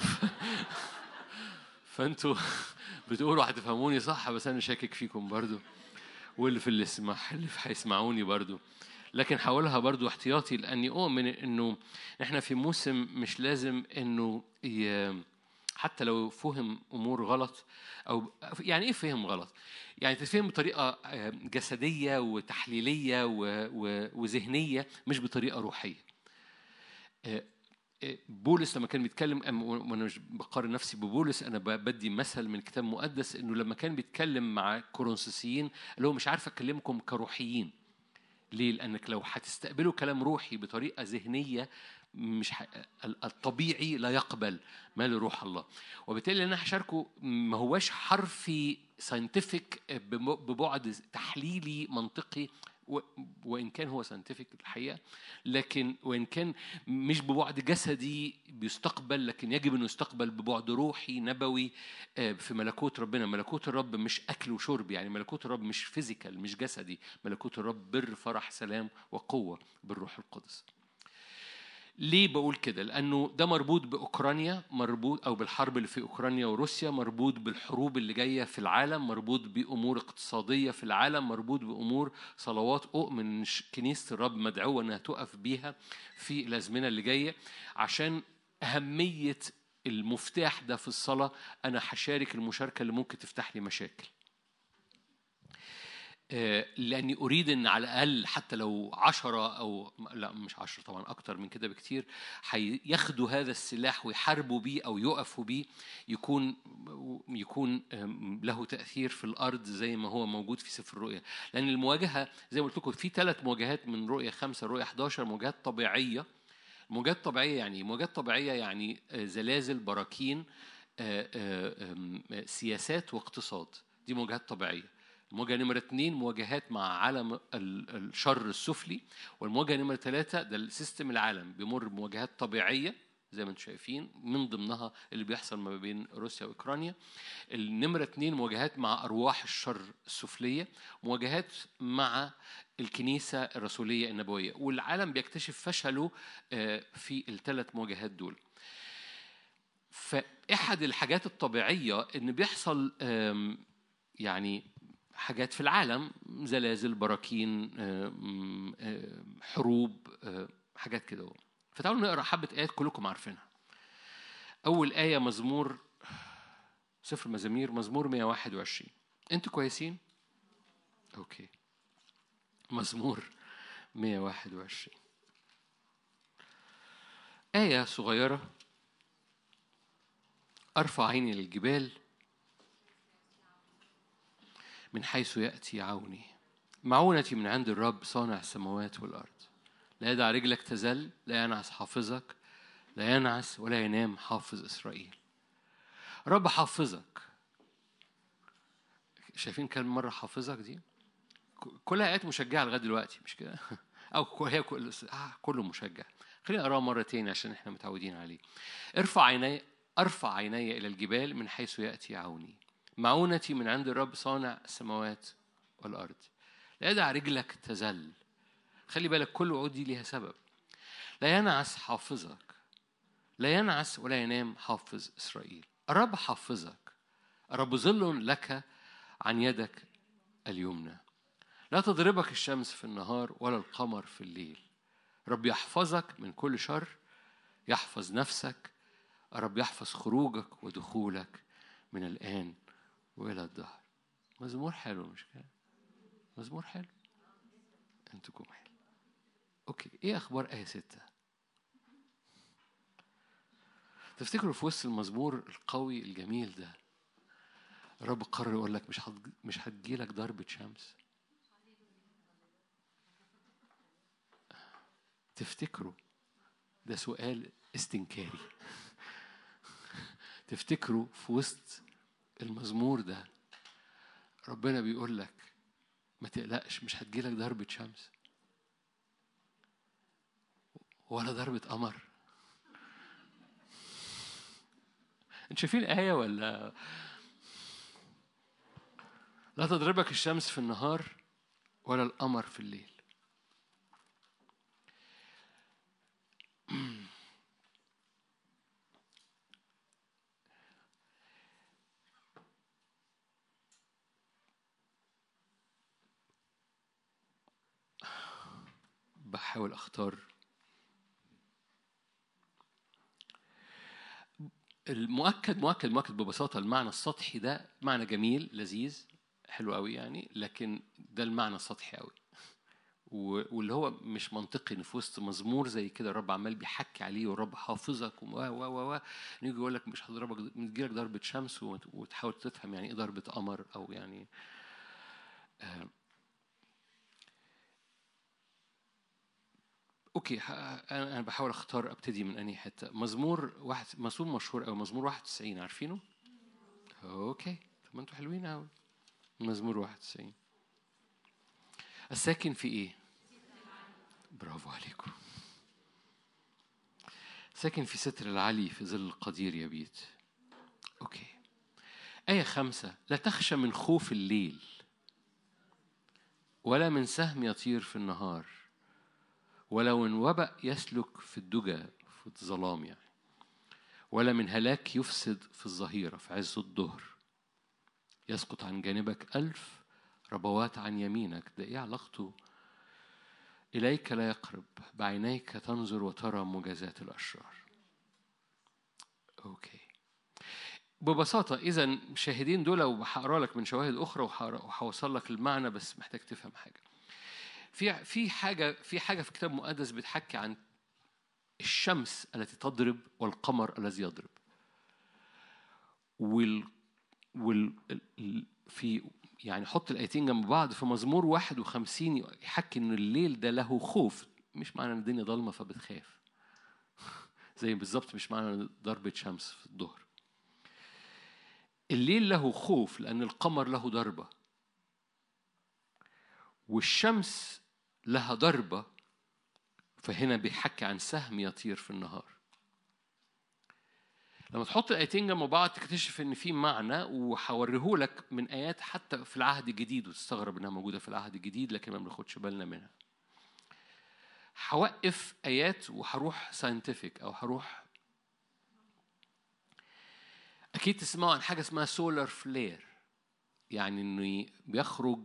فانتوا بتقولوا هتفهموني صح، بس انا شاكك فيكم برضو، واللي في اللي هيسمعوني برضو. لكن حاولها برضو احتياطي، لأني أؤمن إنه إحنا في موسم مش لازم إنه حتى لو فهم أمور غلط، أو يعني إيه فهم غلط؟ يعني تفهم بطريقة جسدية وتحليلية وذهنية، مش بطريقة روحية. بولس لما كان بيتكلم، وانا مش بقارن نفسي ببولس، انا بدي مثل من كتاب مقدس، انه لما كان بيتكلم مع كورنثوسيين اللي هو مش عارف اكلمكم كروحيين. ليه؟ لانك لو هتستقبلوا كلام روحي بطريقه ذهنيه، مش الطبيعي لا يقبل ما لروح الله. وبالتالي انا هشاركه ما هواش حرفي ساينتفك ببعد تحليلي منطقي، وإن كان هو ساينتفك الحقيقة، لكن وإن كان مش ببعد جسدي بيستقبل، لكن يجب أن يستقبل ببعد روحي نبوي في ملكوت ربنا. ملكوت الرب مش أكل وشرب، يعني ملكوت الرب مش فيزيكال، مش جسدي. ملكوت الرب بر، فرح، سلام وقوة بالروح القدس. ليه بقول كده؟ لأنه ده مربوط بأوكرانيا، مربوط أو بالحرب اللي في أوكرانيا وروسيا، مربوط بالحروب اللي جاية في العالم، مربوط بأمور اقتصادية في العالم، مربوط بأمور صلوات أؤمن إن كنيسة الرب مدعوة إنها تقف بيها في الأزمنة اللي جاية. عشان أهمية المفتاح ده في الصلاة، أنا هشارك المشاركة اللي ممكن تفتح لي مشاكل، لأني أريد أن على الأقل حتى لو 10 أو لا مش 10 طبعا أكتر من كده بكتير هياخدوا هذا السلاح ويحاربوا بيه أو يقفوا بيه، يكون له تأثير في الأرض زي ما هو موجود في سفر الرؤيا. لأن المواجهة زي ما قلت لكم في 3 مواجهات من رؤيا 5 رؤيا 11، مواجهات طبيعية. مواجهات طبيعية يعني مواجهات طبيعية يعني زلازل، براكين، سياسات واقتصاد. دي مواجهات طبيعية. المواجهة نمرة 2 مواجهات مع عالم الشر السفلي. والمواجهة نمرة 3 ده السيستم العالم بيمر بمواجهات طبيعية زي ما انتم شايفين، من ضمنها اللي بيحصل ما بين روسيا وأوكرانيا. النمرة 2 مواجهات مع أرواح الشر السفلية، مواجهات مع الكنيسة الرسولية النبوية. والعالم بيكتشف فشله في ال3 مواجهات دول. فأحد الحاجات الطبيعية إن بيحصل يعني حاجات في العالم، زلازل، براكين، حروب، حاجات كده. فتعالوا نقرأ حبة آيات كلكم عارفينها. أول آية مزمور سفر مزامير، مزمور 121. أنتوا كويسين؟ أوكي. مزمور 121 آية صغيرة. أرفع عيني للجبال من حيث يأتي عوني، معونتي من عند الرب صانع السماوات والأرض. لا يدع رجلك تزل، لا ينعس حافظك، لا ينعس ولا ينام حافظ إسرائيل. رب حافظك. شايفين كم مرة حافظك دي؟ كلها آيات مشجعة لغاية دلوقتي مش كده؟ أو هي كله مشجع. خلينا أقرأ مرة تاني عشان إحنا متعودين عليه. أرفع عيني إلى الجبال من حيث يأتي عوني، معونتي من عند الرب صانع السماوات والأرض. لا يدع رجلك تزل. خلي بالك كل وعود دي ليها سبب. لا ينعس حافظك، لا ينعس ولا ينام حافظ إسرائيل. الرب حافظك، الرب ظل لك عن يدك اليمنى. لا تضربك الشمس في النهار ولا القمر في الليل. رب يحفظك من كل شر، يحفظ نفسك. رب يحفظ خروجك ودخولك من الآن وإلى الدهر. مزمور حلو مش كده؟ مزمور حلو. أنتكم حلو. أوكي، إيه أخبار آية 6؟ تفتكروا في وسط المزمور القوي الجميل ده الرب قرر يقول لك مش هتجيلك ضربة شمس؟ تفتكروا ده سؤال استنكاري؟ تفتكروا في وسط المزمور ده ربنا بيقول لك ما تقلقش مش هتجيلك ضربة شمس ولا ضربة قمر؟ انت شايفين آية ولا؟ لا تضربك الشمس في النهار ولا القمر في الليل. بحاول أختار مؤكد ببساطة. المعنى السطحي ده معنى جميل لذيذ حلو قوي يعني، لكن ده المعنى السطحي قوي واللي هو مش منطقي إن في وسط مزمور زي كده الرب عمال بيحكي عليه والرب حافظك نيجي يقول لك مش هضربك، تجيلك ضربة شمس وتحاول تفهم يعني ايه ضربة قمر او يعني اوكي. انا بحاول اختار ابتدي من انهي حته. مزمور مشهور او مزمور 91 عارفينه؟ اوكي طب ما انتوا حلوين قوي. مزمور 91 الساكن في ايه؟ برافو عليكم. ساكن في ستر العلي في ظل القدير يبيت. اوكي. آية 5 لا تخشى من خوف الليل ولا من سهم يطير في النهار ولو انوبأ يسلك في الدجى في الظلام يعني، ولا من هلاك يفسد في الظهيرة في عز الظهر. يسقط عن جانبك 1000 ربوات عن يمينك. ده ايه علاقته؟ إليك لا يقرب، بعينيك تنظر وترى مجازات الأشرار. أوكي، ببساطة إذا الشاهدين دول، وهقرا لك من شواهد أخرى وهوصل لك المعنى، بس محتاج تفهم حاجة. في حاجة في كتاب مقدس بتحكي عن الشمس التي تضرب والقمر الذي يضرب. في يعني حط الآيتين جنب بعض. في مزمور 51 يحكي إن الليل ده له خوف. مش معنى إن الدنيا ضلمة فبتخاف، زي بالظبط مش معنى ضربة شمس في الظهر. الليل له خوف لأن القمر له ضربة، والشمس لها ضربة. فهنا بيحكي عن سهم يطير في النهار. لما تحط الآيتين جنب بعض تكتشف إن في معنى، وهوريهولك من آيات حتى في العهد الجديد، وتستغرب إنها موجودة في العهد الجديد لكن ما بناخدش بالنا منها. هوقف آيات وهروح ساينتفك أو هروح. أكيد تسمعوا عن حاجة اسمها سولار فلير، يعني إنه بيخرج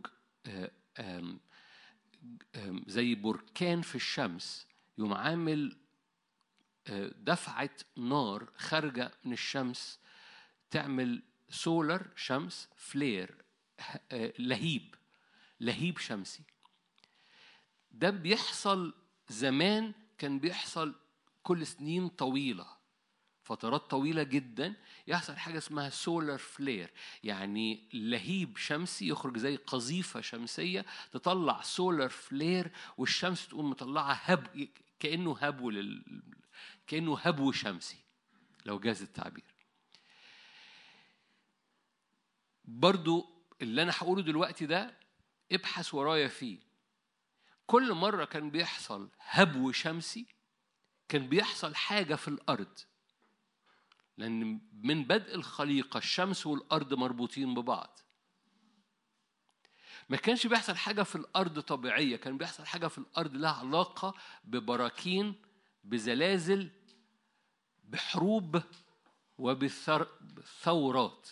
زي بركان في الشمس، يوم عامل دفعة نار خارجة من الشمس تعمل سولار شمس فلير، لهيب شمسي. ده بيحصل زمان، كان بيحصل كل سنين طويلة، فترات طويلة جدا يحصل حاجة اسمها سولار فلير، يعني لهيب شمسي يخرج زي قذيفة شمسية تطلع سولار فلير، والشمس تقوم مطلعها كأنه هبو شمسي لو جاز التعبير. برضو اللي أنا هقوله دلوقتي ده ابحث ورايا فيه. كل مرة كان بيحصل هبو شمسي كان بيحصل حاجة في الأرض، لأن من بدء الخليقة الشمس والأرض مربوطين ببعض. ما كانش بيحصل حاجة في الأرض طبيعية، كان بيحصل حاجة في الأرض لها علاقة ببراكين، بزلازل، بحروب، وبثورات.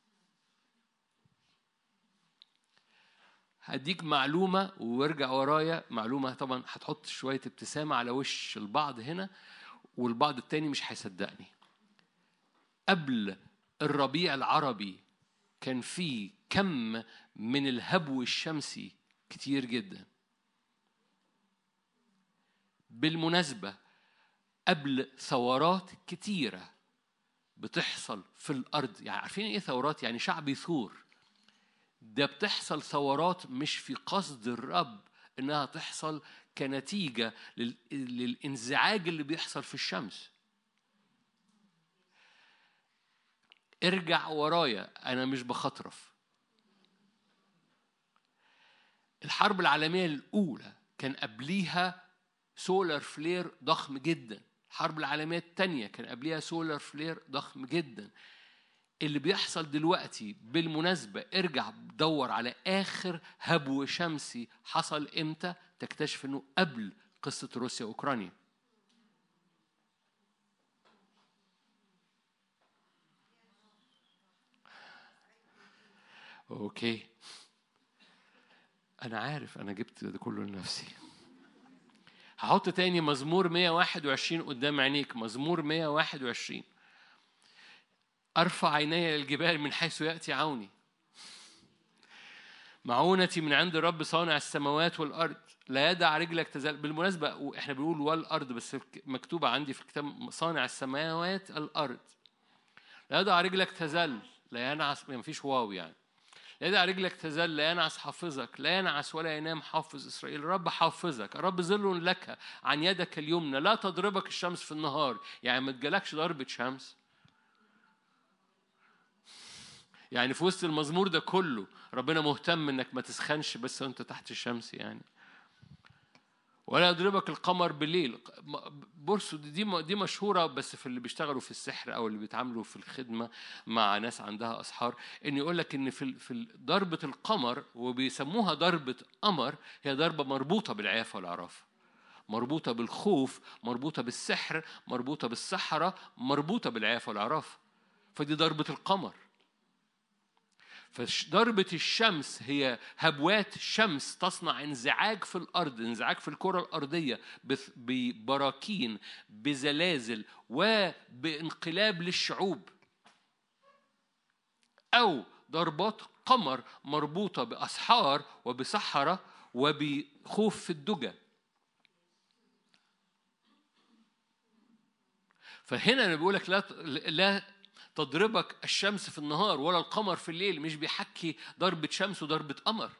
هديك معلومة وارجع ورايا. معلومة طبعا هتحط شوية ابتسامة على وش البعض هنا، والبعض التاني مش هيصدقني. قبل الربيع العربي كان في كم من الهبو الشمسي كتير جدا. بالمناسبة قبل ثورات كتيرة بتحصل في الأرض. يعني عارفين إيه ثورات؟ يعني شعب يثور. ده بتحصل ثورات مش في قصد الرب إنها تحصل كنتيجة للانزعاج اللي بيحصل في الشمس. ارجع ورايا، أنا مش بخطرف. الحرب العالمية الأولى كان قبليها سولار فلير ضخم جدا. الحرب العالمية الثانية كان قبليها سولار فلير ضخم جدا. اللي بيحصل دلوقتي بالمناسبة ارجع دور على آخر هبو شمسي حصل إمتى، تكتشف إنه قبل قصة روسيا وأوكرانيا. أوكي، أنا عارف أنا جبت ده كله لنفسي. هحط تاني مزمور 121 قدام عينيك. مزمور 121. أرفع عيني للجبال من حيث يأتي عوني. معونتي من عند الرب صانع السماوات والأرض. لا يدع رجلك تزل. بالمناسبة إحنا بنقول والأرض، بس مكتوبة عندي في الكتاب صانع السماوات الأرض. لا يدع رجلك تزل، لا ينعس، ما فيش واو يعني. لا يدع رجلك تزل، لا ينعس حافظك، لا ينعس ولا ينام حافظ إسرائيل. الرب حافظك، الرب ظل لك عن يدك اليمنى، لا تضربك الشمس في النهار. يعني ما تجالكش ضربة شمس. يعني في وسط المزمور ده كله ربنا مهتم انك ما تسخنش بس وانت تحت الشمس يعني. ولا يضربك القمر بالليل. بصوا دي مشهورة بس في اللي بيشتغلوا في السحر أو اللي بيتعاملوا في الخدمة مع ناس عندها أسحار، إن يقول لك إن في ضربة القمر، وبيسموها ضربة قمر، هي ضربة مربوطة بالعيافة والعرافة، مربوطة بالخوف، مربوطة بالسحر، مربوطة بالسحرة، مربوطة بالعيافة والعرافة. فدي ضربة القمر. فضربة الشمس هي هبوات شمس تصنع انزعاج في الأرض، انزعاج في الكرة الأرضية ببراكين، بزلازل، وبانقلاب للشعوب. أو ضربات قمر مربوطة بأسحار وبسحرة وبخوف في الدجى. فهنا أنا بقولك لا تضربك الشمس في النهار ولا القمر في الليل. مش بيحكي ضربة شمس وضربة قمر.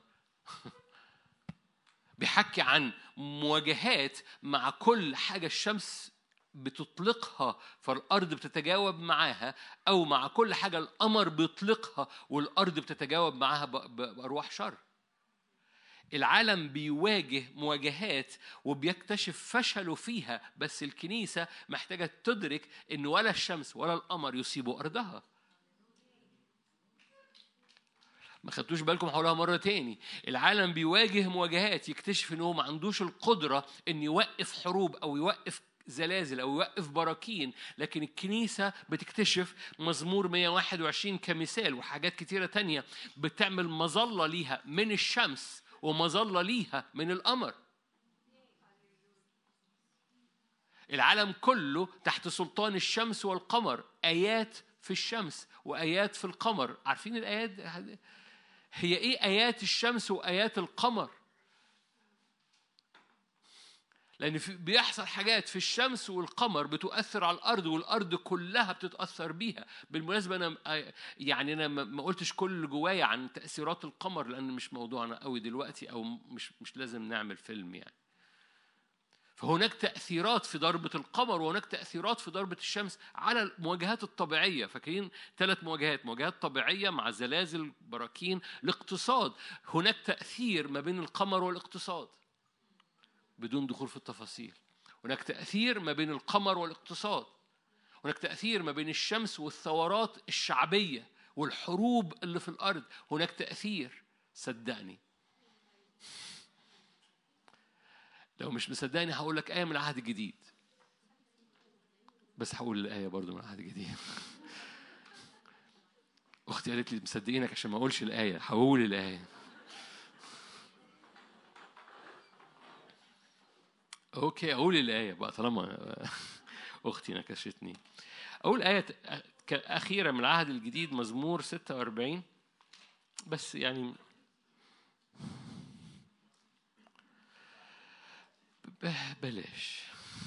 بيحكي عن مواجهات مع كل حاجة الشمس بتطلقها فالأرض بتتجاوب معاها، أو مع كل حاجة القمر بيطلقها والأرض بتتجاوب معاها بأرواح شر. العالم بيواجه مواجهات وبيكتشف فشله فيها، بس الكنيسة محتاجة تدرك إن ولا الشمس ولا القمر يصيبوا أرضها. ما خدتوش بالكم حولها مرة تاني؟ العالم بيواجه مواجهات، يكتشف إنه ما عندوش القدرة إن يوقف حروب أو يوقف زلازل أو يوقف براكين، لكن الكنيسة بتكتشف مزمور 121 كمثال وحاجات كتيرة تانية بتعمل مظلة ليها من الشمس ومظلة ليها من القمر. العالم كله تحت سلطان الشمس والقمر، آيات في الشمس وآيات في القمر. عارفين الآيات هي إيه؟ آيات الشمس وآيات القمر. لأن بيحصل حاجات في الشمس والقمر بتؤثر على الأرض، والأرض كلها بتتأثر بيها. بالمناسبة أنا ما قلتش كل اللي جوايا عن تأثيرات القمر، لأن مش موضوعنا قوي دلوقتي، أو مش لازم نعمل فيلم يعني. فهناك تأثيرات في ضربة القمر وهناك تأثيرات في ضربة الشمس على المواجهات الطبيعية. فاكرين 3 مواجهات: مواجهات طبيعية مع زلازل، براكين. الاقتصاد، هناك تأثير ما بين القمر والاقتصاد بدون دخول في التفاصيل. هناك تأثير ما بين القمر والاقتصاد. هناك تأثير ما بين الشمس والثورات الشعبية والحروب اللي في الأرض. هناك تأثير، صدقني. لو مش مصدقني هقول لك آية من العهد الجديد، بس هقول الآية برضو من العهد الجديد. أختي قالت لي مصدقينك عشان ما أقولش الآية، هقول الآية. أوكي، أقول الآية بقى طالما أختي نكشتني. أقول آية أخيرة من العهد الجديد، مزمور 46. بس يعني بلاش.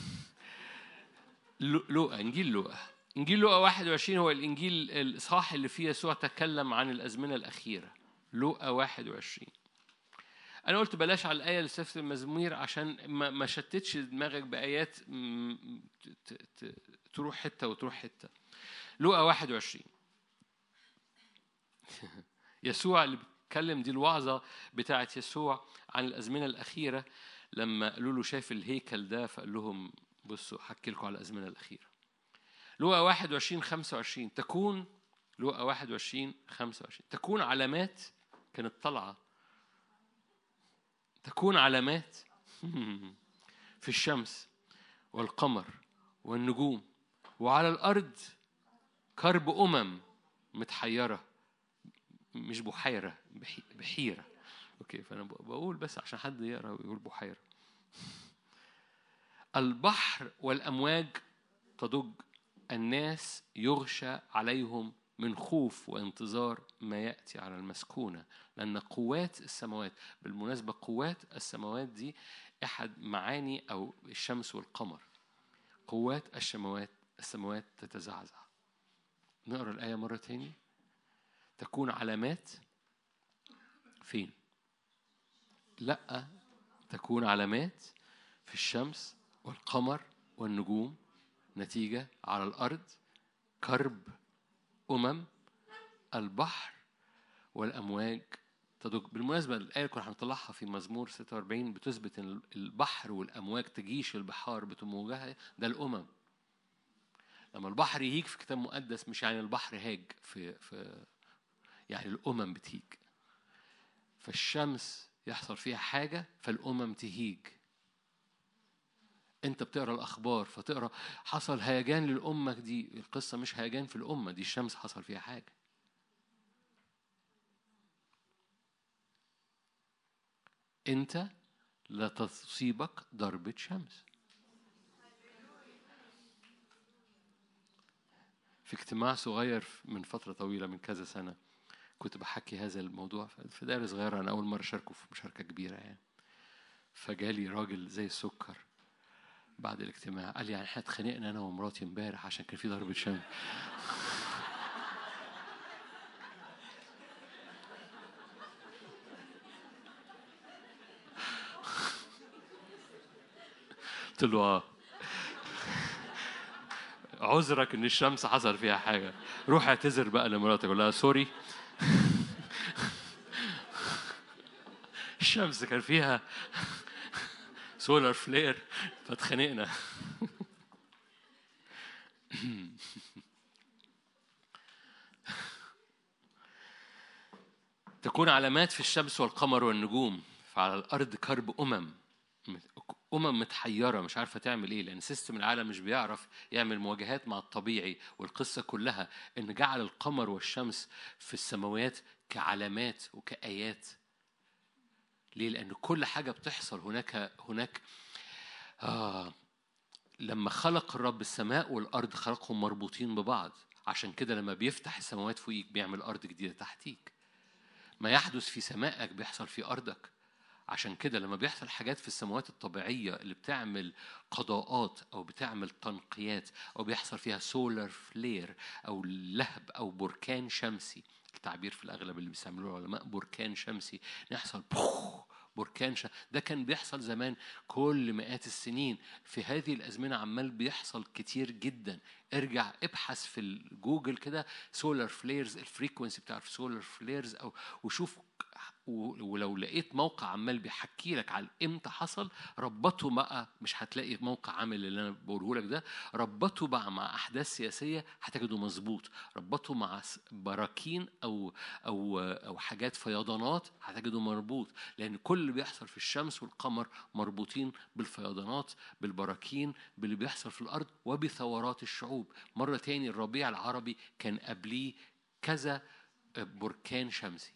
لوقا، إنجيل لوقا 21 هو الإنجيل الإصحاح اللي فيه يسوع تكلم عن الأزمنة الأخيرة. لوقا 21. أنا قلت بلاش على الآية اللي في المزمور عشان ما شتتش دماغك بآيات تروح حتة وتروح حتة. لوقا 21. يسوع اللي بيتكلم، دي الوعظة بتاعت يسوع عن الأزمنة الأخيرة. لما قالوا له شايف الهيكل ده، فقال لهم بصوا حكي لكم على الأزمنة الأخيرة. لوقا 21:25 تكون، لوقا 21:25 تكون علامات. كانت طالعة تكون علامات في الشمس والقمر والنجوم، وعلى الأرض كرب متحيرة. مش بحيرة، بحيرة. أوكي، فأنا بقول بس عشان حد يقرأ ويقول بحيرة. البحر والأمواج تضج، الناس يغشى عليهم من خوف وانتظار ما يأتي على المسكونة. لأن قوات السماوات، بالمناسبة قوات السماوات دي أحد معاني أو الشمس والقمر. قوات السماوات تتزعزع. نقرأ الآية مرة تاني. تكون علامات فين؟ لا، تكون علامات في الشمس والقمر والنجوم، نتيجة على الأرض كرب البحر والأمواج تضج. بالمناسبة الآية اللي كنا هنطلعها في مزمور 46 بتثبت إن البحر والأمواج تجيش البحار بتموجها، ده الأمم. لما البحر يهيج في كتاب مقدس مش يعني البحر هاج في يعني الأمم بتهيج. فالشمس يحصل فيها حاجة فالأمم تهيج. أنت بتقرأ الأخبار فتقرأ حصل هيجان للأمة دي. القصة مش هيجان في الأمة دي، الشمس حصل فيها حاجة. أنت لا تصيبك ضربة شمس. في اجتماع صغير من فترة طويلة، من كذا سنة، كنت بحكي هذا الموضوع في دائرة صغيرة. أنا أول مرة أشاركه في مشاركة كبيرة يعني. فجالي راجل زي السكر بعد الاجتماع قال لي يعني احنا اتخانقنا أنا ومراتي امبارح عشان كان في ضربة شمس. قلت له عذرك ان الشمس حصل فيها حاجه، روح اعتذر بقى لمراتك قول لها سوري. الشمس كان فيها سولار فلير فاتخانقنا. تكون علامات في الشمس والقمر والنجوم، فعلى الارض كرب متحيرة مش عارفة تعمل إيه، لأن سيستم العالم مش بيعرف يعمل مواجهات مع الطبيعي. والقصة كلها إن جعل القمر والشمس في السماوات كعلامات وكآيات. ليه؟ لأن كل حاجة بتحصل هناك لما خلق الرب السماء والأرض خلقهم مربوطين ببعض. عشان كده لما بيفتح السماوات فوقيك بيعمل أرض جديدة تحتيك. ما يحدث في سمائك بيحصل في أرضك. عشان كده لما بيحصل حاجات في السماوات الطبيعية اللي بتعمل قضاءات أو بتعمل تنقيات أو بيحصل فيها سولار فلير أو لهب أو بركان شمسي، التعبير في الأغلب اللي بيستعملوه العلماء بركان شمسي، يحصل بركان ده كان بيحصل زمان كل مئات السنين. في هذه الأزمنة عمال بيحصل كتير جدا. ارجع ابحث في الجوجل كده سولار فليرز، الفريكونسي بتاع السولار فليرز، أو وشوف. ولو لقيت موقع عمال بيحكي لك على امتى حصل، ربطه بقى. مش هتلاقي موقع عامل اللي انا بقوله لك ده، ربطه بقى مع احداث سياسيه هتجده مظبوط. ربطه مع براكين او حاجات فيضانات هتجده مربوط. لان كل اللي بيحصل في الشمس والقمر مربوطين بالفيضانات، بالبراكين، باللي بيحصل في الارض وبثورات الشعوب. مره تاني الربيع العربي كان قبليه كذا بركان شمسي.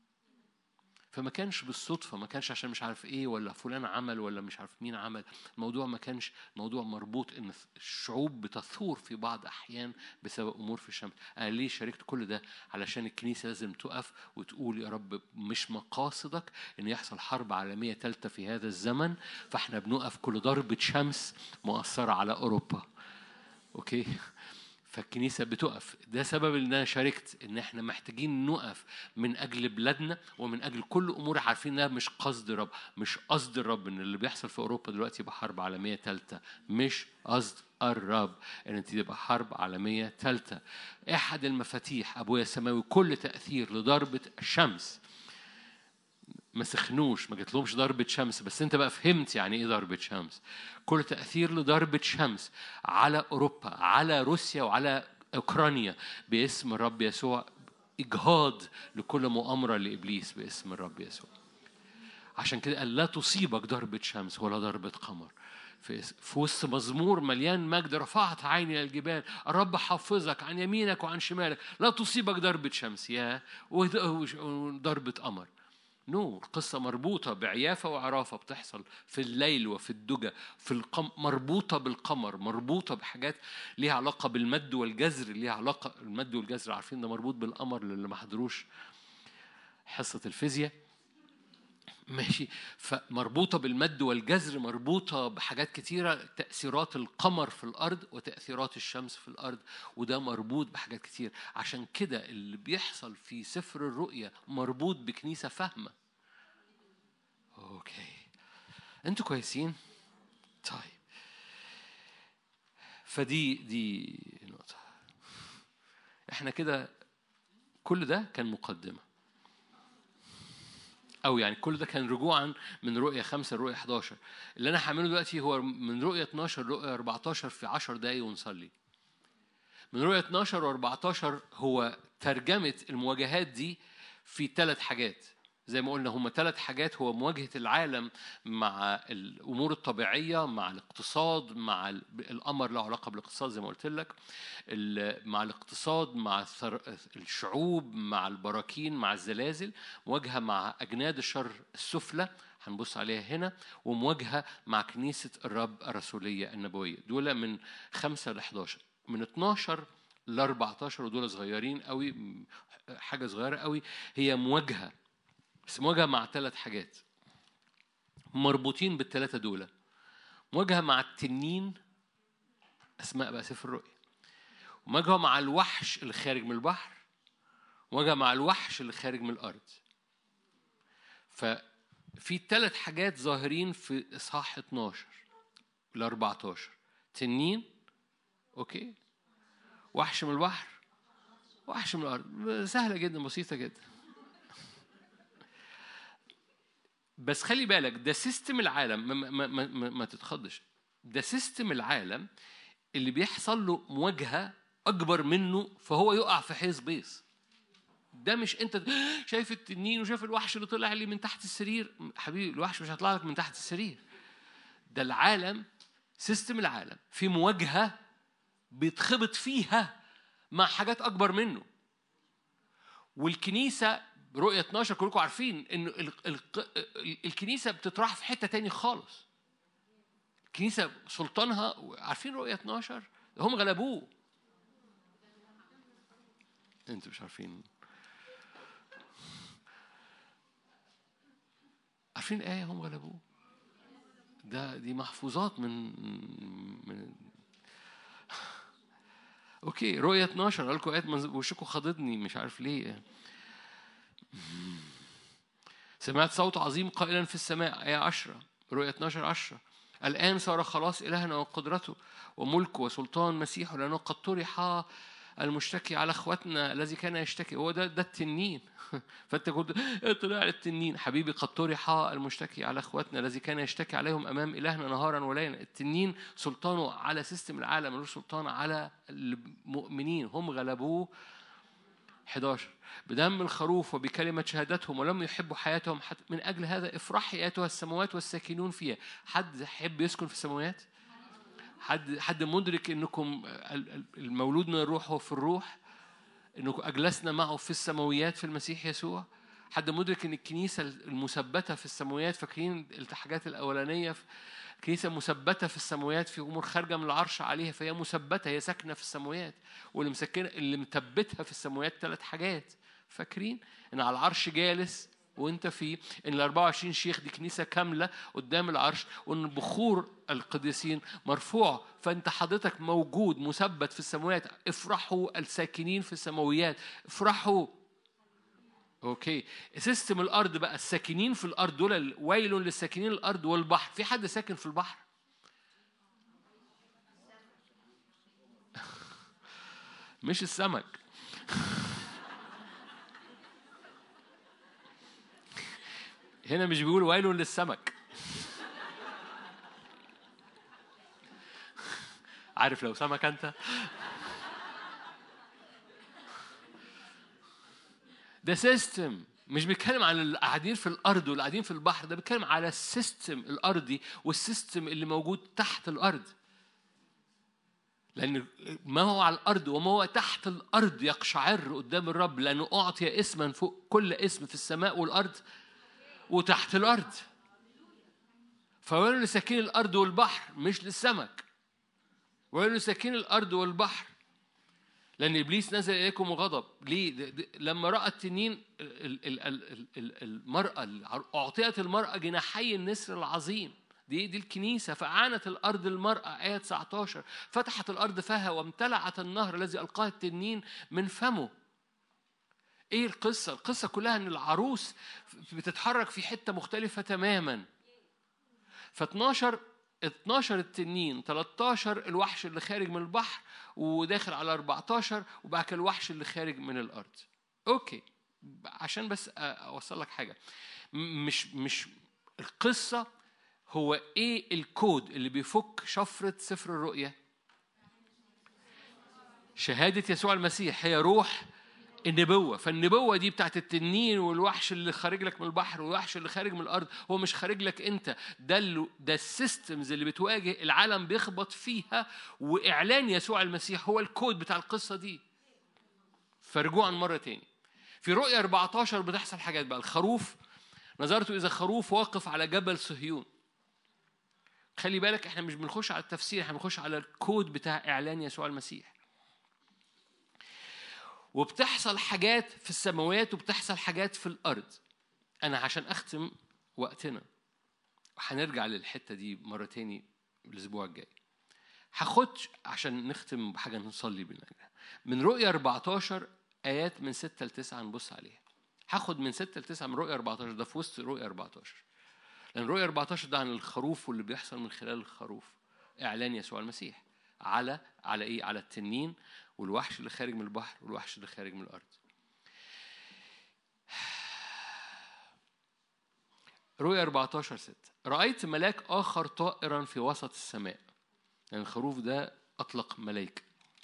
فما كانش بالصدفة، ما كانش عشان مش عارف ايه ولا فلان عمل ولا مش عارف مين عمل. الموضوع ما كانش موضوع مربوط ان الشعوب بتثور في بعض احيان بسبب امور في الشمس. انا ليه شاركت كل ده؟ علشان الكنيسة لازم تقف وتقول يا رب مش مقاصدك ان يحصل حرب عالمية ثالثة في هذا الزمن، فاحنا بنقف كل ضربة شمس مؤثرة على اوروبا. اوكي، فالكنيسة بتقف. ده سبب ان انا شاركت ان احنا محتاجين نقف من اجل بلادنا ومن اجل كل امور عارفين انها مش قصد الرب. مش قصد الرب ان اللي بيحصل في اوروبا دلوقتي يبقى حرب عالمية ثالثة. مش قصد الرب ان انت تبقى حرب عالمية ثالثة. احد المفاتيح ابويا السماوي كل تأثير لضربة الشمس. ما سخنوش، ما جاتلهمش ضربة شمس، بس انت بقى فهمت يعني ايه ضربة شمس. كل تأثير لضربة شمس على أوروبا، على روسيا وعلى أوكرانيا باسم الرب يسوع. إجهاض لكل مؤامرة لإبليس باسم الرب يسوع. عشان كده قال لا تصيبك ضربة شمس ولا ضربة قمر. في وسط مزمور مليان مجد، رفعت عيني للجبال، الرب حافظك عن يمينك وعن شمالك، لا تصيبك ضربة شمس يا وضربة قمر. القصة مربوطة بعيافة وعرافة بتحصل في الليل وفي الدجى، مربوطة بالقمر، مربوطة بحاجات ليها علاقة بالمد والجزر، ليها علاقة المد والجزر عارفين ده مربوط بالقمر للي ما حضروش حصة الفيزياء. ماشي، فمربوطة بالمد والجزر، مربوطة بحاجات كتيرة، تأثيرات القمر في الأرض وتأثيرات الشمس في الأرض، وده مربوط بحاجات كتير. عشان كده اللي بيحصل في سفر الرؤيا مربوط بكنيسة فاهمة. أوكي، أنتوا كويسين؟ طيب، فدي نقطة. إحنا كده كل ده كان مقدمة، أو يعني كل ده كان رجوعا من رؤية 5 لرؤية 11. اللي أنا هعمله دلوقتي هو من رؤية 12 لرؤية 14 في 10 دقايق ونصلي. من رؤية 12 و14 هو ترجمة المواجهات دي في 3 حاجات. زي ما قلنا هم 3 حاجات، هو مواجهة العالم مع الأمور الطبيعية، مع الاقتصاد، مع الأمر له علاقة بالاقتصاد زي ما قلت لك، مع الاقتصاد، مع الشعوب، مع البراكين، مع الزلازل، مواجهة مع أجناد الشر السفلى هنبص عليها هنا، ومواجهة مع كنيسة الرب الرسولية النبوية. دول من 5 ل 11، من 12 ل 14، ودول صغيرين قوي، حاجة صغيرة قوي. هي مواجهة، بس مواجهة مع 3 حاجات مربوطين بال3 دول. مواجهة مع التنين، أسماء بقى سفر الرؤيا، ومواجهة مع الوحش اللي خارج من البحر، ومواجهة مع الوحش اللي خارج من الأرض. ففي 3 حاجات ظاهرين في إصحاح 12 ل 14. تنين، أوكي، وحش من البحر، وحش من الأرض. سهلة جدا، بسيطة جدا. بس خلي بالك، ده سيستم العالم، ما تتخضش. ده سيستم العالم اللي بيحصل له مواجهة أكبر منه، فهو يقع في حيز بيص. ده مش أنت شايف التنين وشايف الوحش اللي طلع لي من تحت السرير. حبيبي، الوحش مش هيطلع لك من تحت السرير. ده العالم، سيستم العالم في مواجهة بيتخبط فيها مع حاجات أكبر منه. والكنيسة رؤية 12 كلكم عارفين إن الكنيسة بتطرح في حتة تاني خالص. الكنيسة سلطانها، عارفين رؤية 12 هم غلبوه. انتوا مش عارفين. عارفين آية هم غلبوه؟ دي محفوظات من اوكي. رؤية 12 قال لكم آيات وشكوا خضتني مش عارف ليه. سمعت صوت عظيم قائلا في السماء، آية 10، رؤية 12 10، الآن صار خلاص إلهنا وقدرته وملكه وسلطان مسيحه، لأنه قد طرح المشتكي على اخواتنا الذي كان يشتكي. هو ده التنين. فانت كنت طلع التنين. حبيبي، قد طرح المشتكي على اخواتنا الذي كان يشتكي عليهم امام الهنا نهارا وليلا. التنين سلطانه على سيستم العالم، له سلطان على المؤمنين، هم غلبوه. 11 بدم الخروف وبكلمة شهادتهم، ولم يحبوا حياتهم حتى من أجل هذا افرحي أيتها السماوات والساكنون فيها. حد يحب يسكن في السماوات؟ حد مدرك إنكم المولود من الروح هو في الروح، إنكم أجلسنا معه في السماويات في المسيح يسوع؟ حد مدرك إن الكنيسة المثبتة في السماويات، فاكرين الحاجات الأولانية، كنيسة مثبتة في السماوات، في أمور خارجة من العرش عليها، فهي مثبتة، هي ساكنة في السماوات. واللي مسكنة اللي مثبتها في السماوات 3 حاجات. فاكرين إن على العرش جالس وانت فيه، ان 24 شيخ دي كنيسة كاملة قدام العرش، وان بخور القديسين مرفوع، فانت حضرتك موجود مثبت في السماوات. افرحوا الساكنين في السماويات، افرحوا. اوكي، سيستم الارض بقى، الساكنين في الارض دول ويل للساكنين الارض والبحر. في حد ساكن في البحر؟ مش السمك. هنا مش بيقول ويل للسمك. عارف لو سمك انت. ده سيستم، مش بيتكلم عن القاعدين في الارض والقاعدين في البحر، ده بيتكلم على السيستم الارضي والسيستم اللي موجود تحت الارض. لأن ما هو على الأرض وما هو تحت الأرض يقشعر قدام الرب، لأنه أعطي اسما فوق كل اسم في السماء والأرض وتحت الأرض. فويل لساكين الأرض والبحر، مش للسمك. ويل لساكين الأرض والبحر، لأن إبليس نزل إليكم وغضب. ليه؟ لما رأى التنين المرأة، أعطيت المرأة جناحي النسر العظيم. دي الكنيسة. فعانت الأرض المرأة، آية 19، فتحت الأرض فها وامتلعت النهر الذي ألقاه التنين من فمه. إيه القصة؟ القصة كلها أن العروس بتتحرك في حتة مختلفة تماما. ف12 التنين، 13 الوحش اللي خارج من البحر، وداخل على 14 وبعد كده الوحش اللي خارج من الأرض. أوكي، عشان بس أوصل لك حاجة. مش القصة هو إيه الكود اللي بيفك شفرة سفر الرؤيا؟ شهادة يسوع المسيح هي روح النبوة. فالنبوة دي بتاعت التنين والوحش اللي خارج لك من البحر والوحش اللي خارج من الأرض، هو مش خارج لك أنت، ده السيستمز اللي بتواجه العالم بيخبط فيها، وإعلان يسوع المسيح هو الكود بتاع القصة دي. فرجوعا مرة تاني في رؤية 14 بتحصل حاجات بقى. الخروف، نظرت إذا خروف واقف على جبل صهيون. خلي بالك احنا مش بنخش على التفسير، احنا بنخش على الكود بتاع إعلان يسوع المسيح. وبتحصل حاجات في السماوات وبتحصل حاجات في الأرض. أنا عشان أختم وقتنا وهنرجع للحتة دي مرة تاني الأسبوع الجاي، هاخد عشان نختم بحاجة نصلي بينا من رؤية 14 آيات من 6 ل9 نبص عليها. هاخد من 6 ل9 من رؤية 14، ده في وسط رؤية 14، لأن رؤية 14 ده عن الخروف واللي بيحصل من خلال الخروف، إعلان يسوع المسيح على إيه؟ على التنين والوحش اللي خارج من البحر والوحش اللي خارج من الأرض. رؤية 14 6. رأيت ملاك آخر طائرا في وسط السماء، يعني الخروف ده أطلق ملائكة،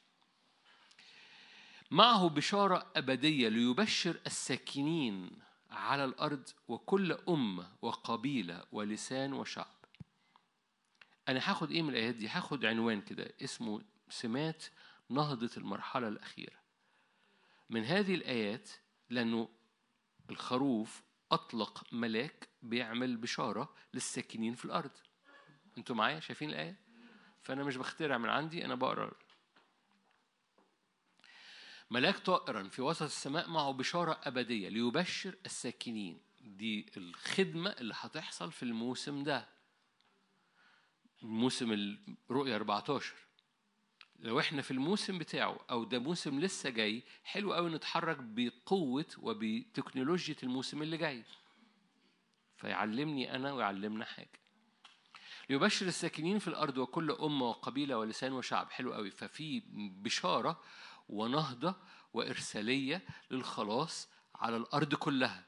معه بشارة أبدية ليبشر الساكنين على الأرض وكل أمة وقبيلة ولسان وشعب. أنا هاخد إيه من الآيات دي؟ هاخد عنوان كده اسمه سمات نهضة المرحلة الأخيرة من هذه الآيات، لأنه الخروف أطلق ملاك بيعمل بشارة للساكنين في الأرض. أنتوا معايا شايفين الآية؟ فأنا مش بخترع من عندي، أنا بقرأ. ملاك طائرا في وسط السماء معه بشارة أبدية ليبشر الساكنين. دي الخدمة اللي هتحصل في الموسم ده، موسم الرؤية 14. لو احنا في الموسم بتاعه أو ده موسم لسه جاي، حلو قوي نتحرك بقوة وبتكنولوجيا الموسم اللي جاي، فيعلمني أنا ويعلمنا حاجة. يبشر الساكنين في الأرض وكل أمة وقبيلة ولسان وشعب. حلو قوي. ففي بشارة ونهضة وإرسالية للخلاص على الأرض كلها.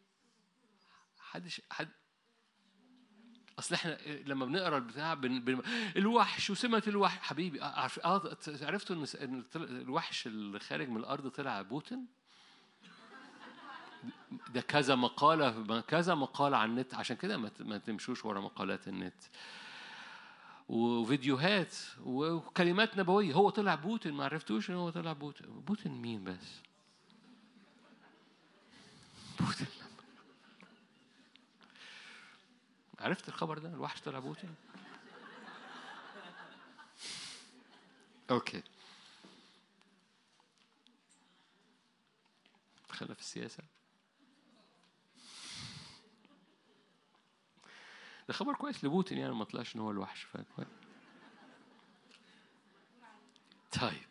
حد أصل إحنا لما بنقرأ البتاع الوحش وسمة الوحش. حبيبي عرفتوا إن الوحش اللي خارج من الأرض طلع بوتين؟ ده كذا مقالة على النت، عشان كده ما تمشوش ورا مقالات النت وفيديوهات وكلمات نبوية. هو طلع بوتين، ما عرفتوش إن هو طلع بوتين؟ بوتين مين بس؟ بوتين عرفت الخبر ده؟ الوحش طلع بوتين. أوكي، دخلنا في السياسة. ده خبر كويس لبوتين، يعني ما طلعش إن هو الوحش. فكويس. طيب،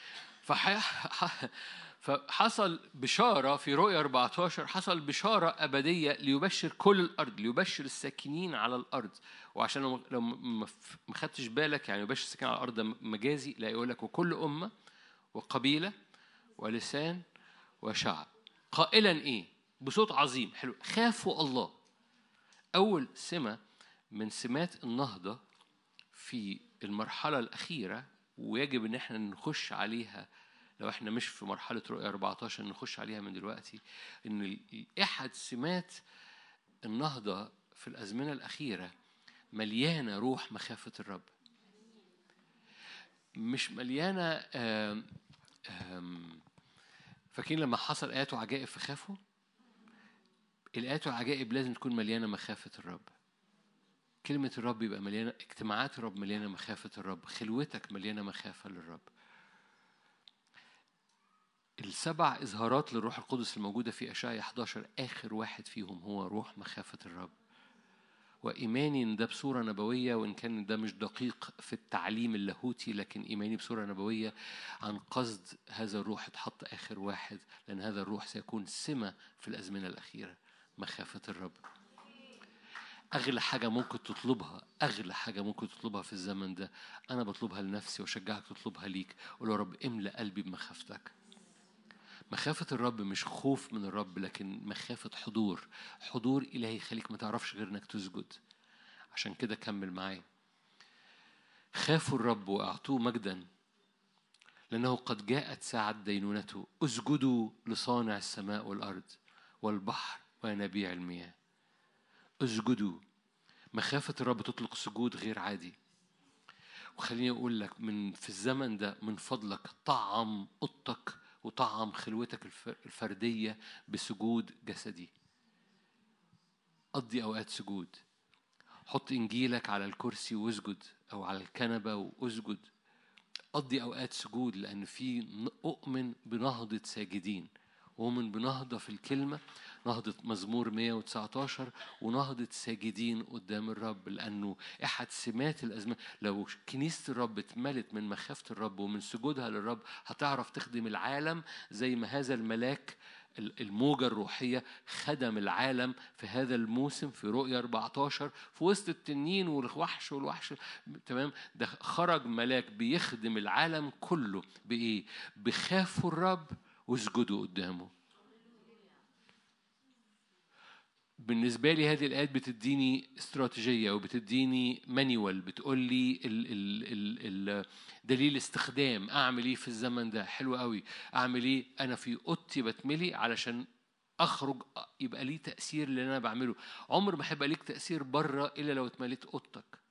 فحصل بشارة في رؤية 14، حصل بشارة أبدية ليبشر كل الأرض، ليبشر الساكنين على الأرض. وعشان لو ما خدتش بالك، يعني يبشر الساكنين على الأرض مجازي، لا يقول لك وكل أمة وقبيلة ولسان وشعب، قائلا إيه بصوت عظيم. حلو، خافوا الله. أول سمة من سمات النهضة في المرحلة الأخيرة، ويجب إن احنا نخش عليها لو احنا مش في مرحلة رؤية 14 نخش عليها من دلوقتي، إن أحد سمات النهضة في الأزمنة الأخيرة مليانة روح مخافة الرب. مش مليانة فاكرين لما حصل آيات وعجائب فخافوا؟ الآيات والعجائب لازم تكون مليانة مخافة الرب. كلمة الرب يبقى مليانة، اجتماعات الرب مليانة مخافة الرب، خلوتك مليانة مخافة للرب. السبع إظهارات للروح القدس الموجودة في أشعياء 11 آخر واحد فيهم هو روح مخافة الرب. وإيماني إن ده بصورة نبوية، وإن كان ده مش دقيق في التعليم اللاهوتي، لكن إيماني بصورة نبوية عن قصد هذا الروح اتحط آخر واحد، لأن هذا الروح سيكون سمة في الأزمنة الأخيرة، مخافة الرب. أغلى حاجة ممكن تطلبها، أغلى حاجة ممكن تطلبها في الزمن ده، أنا بطلبها لنفسي وشجعك تطلبها ليك. قول يا رب املأ قلبي بمخافتك. مخافة الرب مش خوف من الرب، لكن مخافة حضور إلهي يخليك ما تعرفش غير إنك تسجد. عشان كده كمل معايا. خافوا الرب وأعطوه مجدا لأنه قد جاءت ساعة دينونته. اسجدوا لصانع السماء والأرض والبحر وينابيع المياه. اسجدوا. مخافة الرب تطلق سجود غير عادي. وخليني أقول لك في الزمن ده من فضلك طعم أوضتك وطعم خلوتك الفردية بسجود جسدي. قضي أوقات سجود. حط إنجيلك على الكرسي واسجد، أو على الكنبة واسجد. قضي أوقات سجود، لأن أؤمن بنهضة ساجدين، ومن بنهضة في الكلمة، نهضة مزمور 119 ونهضة ساجدين قدام الرب. لأنه أحد سمات الأزمان، لو كنيسة الرب اتملت من مخافة الرب ومن سجودها للرب، هتعرف تخدم العالم زي ما هذا الملاك الموجة الروحية خدم العالم في هذا الموسم في رؤية 14 في وسط التنين والوحش تمام. ده خرج ملاك بيخدم العالم كله بإيه؟ بخافوا الرب واسجدوا قدامه. بالنسبة لي هذه الآيات بتديني استراتيجية وبتديني مانيوال، بتقول لي دليل استخدام. أعمل إيه في الزمن ده؟ حلو قوي. أعمل إيه؟ أنا في أوضتي بتملي علشان أخرج يبقى لي تأثير اللي أنا بعمله. عمر ما هيبقى ليك تأثير بره إلا لو اتمليت أوضتك.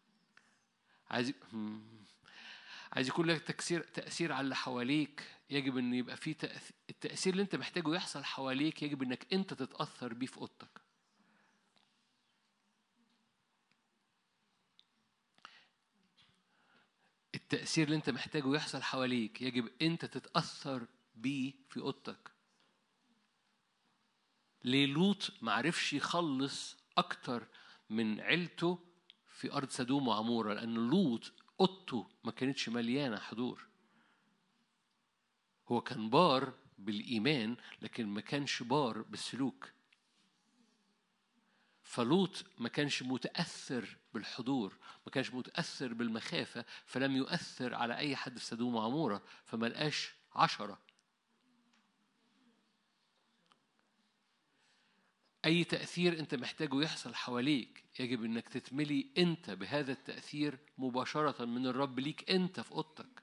عايز يكون لك تأثير على اللي حواليك. يجب أن يبقى في التأثير اللي أنت محتاجه يحصل حواليك، يجب أنك أنت تتأثر بيه في أوضتك. التأثير اللي أنت محتاجه يحصل حواليك يجب أنت تتأثر بيه في أوضتك. ليه لوط معرفش يخلص أكتر من عيلته في أرض سدوم وعمورة؟ لأن لوط أوضته ما كانتش مليانة حضور. هو كان بار بالإيمان لكن ما كانش بار بالسلوك. فلوط ما كانش متأثر بالحضور، ما كانش متأثر بالمخافة، فلم يؤثر على أي حد في سدوم وعمورة، فما لقاش 10. أي تأثير أنت محتاجه يحصل حواليك يجب أنك تتملي أنت بهذا التأثير مباشرة من الرب ليك أنت في أوضتك.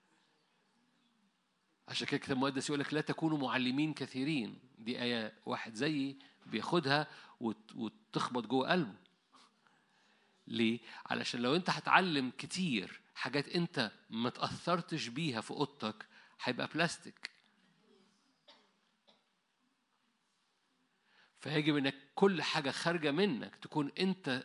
عشان كده الكتاب المقدس يقول لك لا تكونوا معلمين كثيرين. دي آية واحد زيي بياخدها وتخبط جوه قلبه. ليه؟ علشان لو أنت هتعلم كتير حاجات أنت ما تأثرتش بيها في أوضتك هيبقى بلاستيك. فيجب أنك كل حاجة خارجة منك تكون أنت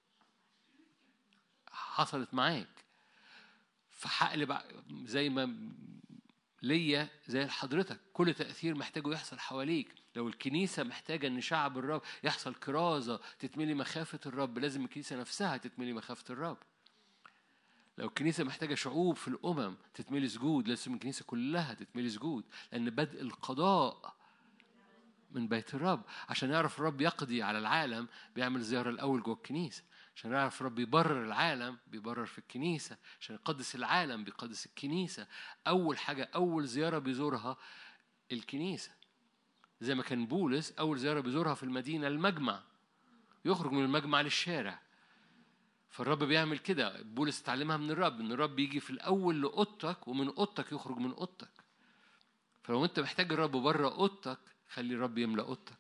حصلت معاك. فحقل زي ما ليا زي حضرتك، كل تأثير محتاجه يحصل حواليك. لو الكنيسة محتاجة أن شعب الرب يحصل كرازة تتملي مخافة الرب، لازم الكنيسة نفسها تتملي مخافة الرب. لو الكنيسة محتاجة شعوب في الأمم تتملي سجود، لازم الكنيسة كلها تتملي سجود، لأن بدء القضاء من بيت الرب. عشان يعرف الرب يقضي على العالم بيعمل زيارة الأول جوه الكنيسة. عشان يعرف الرب يبرر العالم بيبرر في الكنيسة. عشان يقدس العالم بيقدس الكنيسة. أول حاجة، أول زيارة بيزورها الكنيسة. زي ما كان بولس أول زيارة بيزورها في المدينة المجمع، يخرج من المجمع للشارع. فالرب بيعمل كده. بولس اتعلمها من الرب، ان الرب يجي في الاول لاوضتك ومن اوضتك يخرج من اوضتك. فلو انت محتاج الرب بره اوضتك خلي الرب يملأ اوضتك.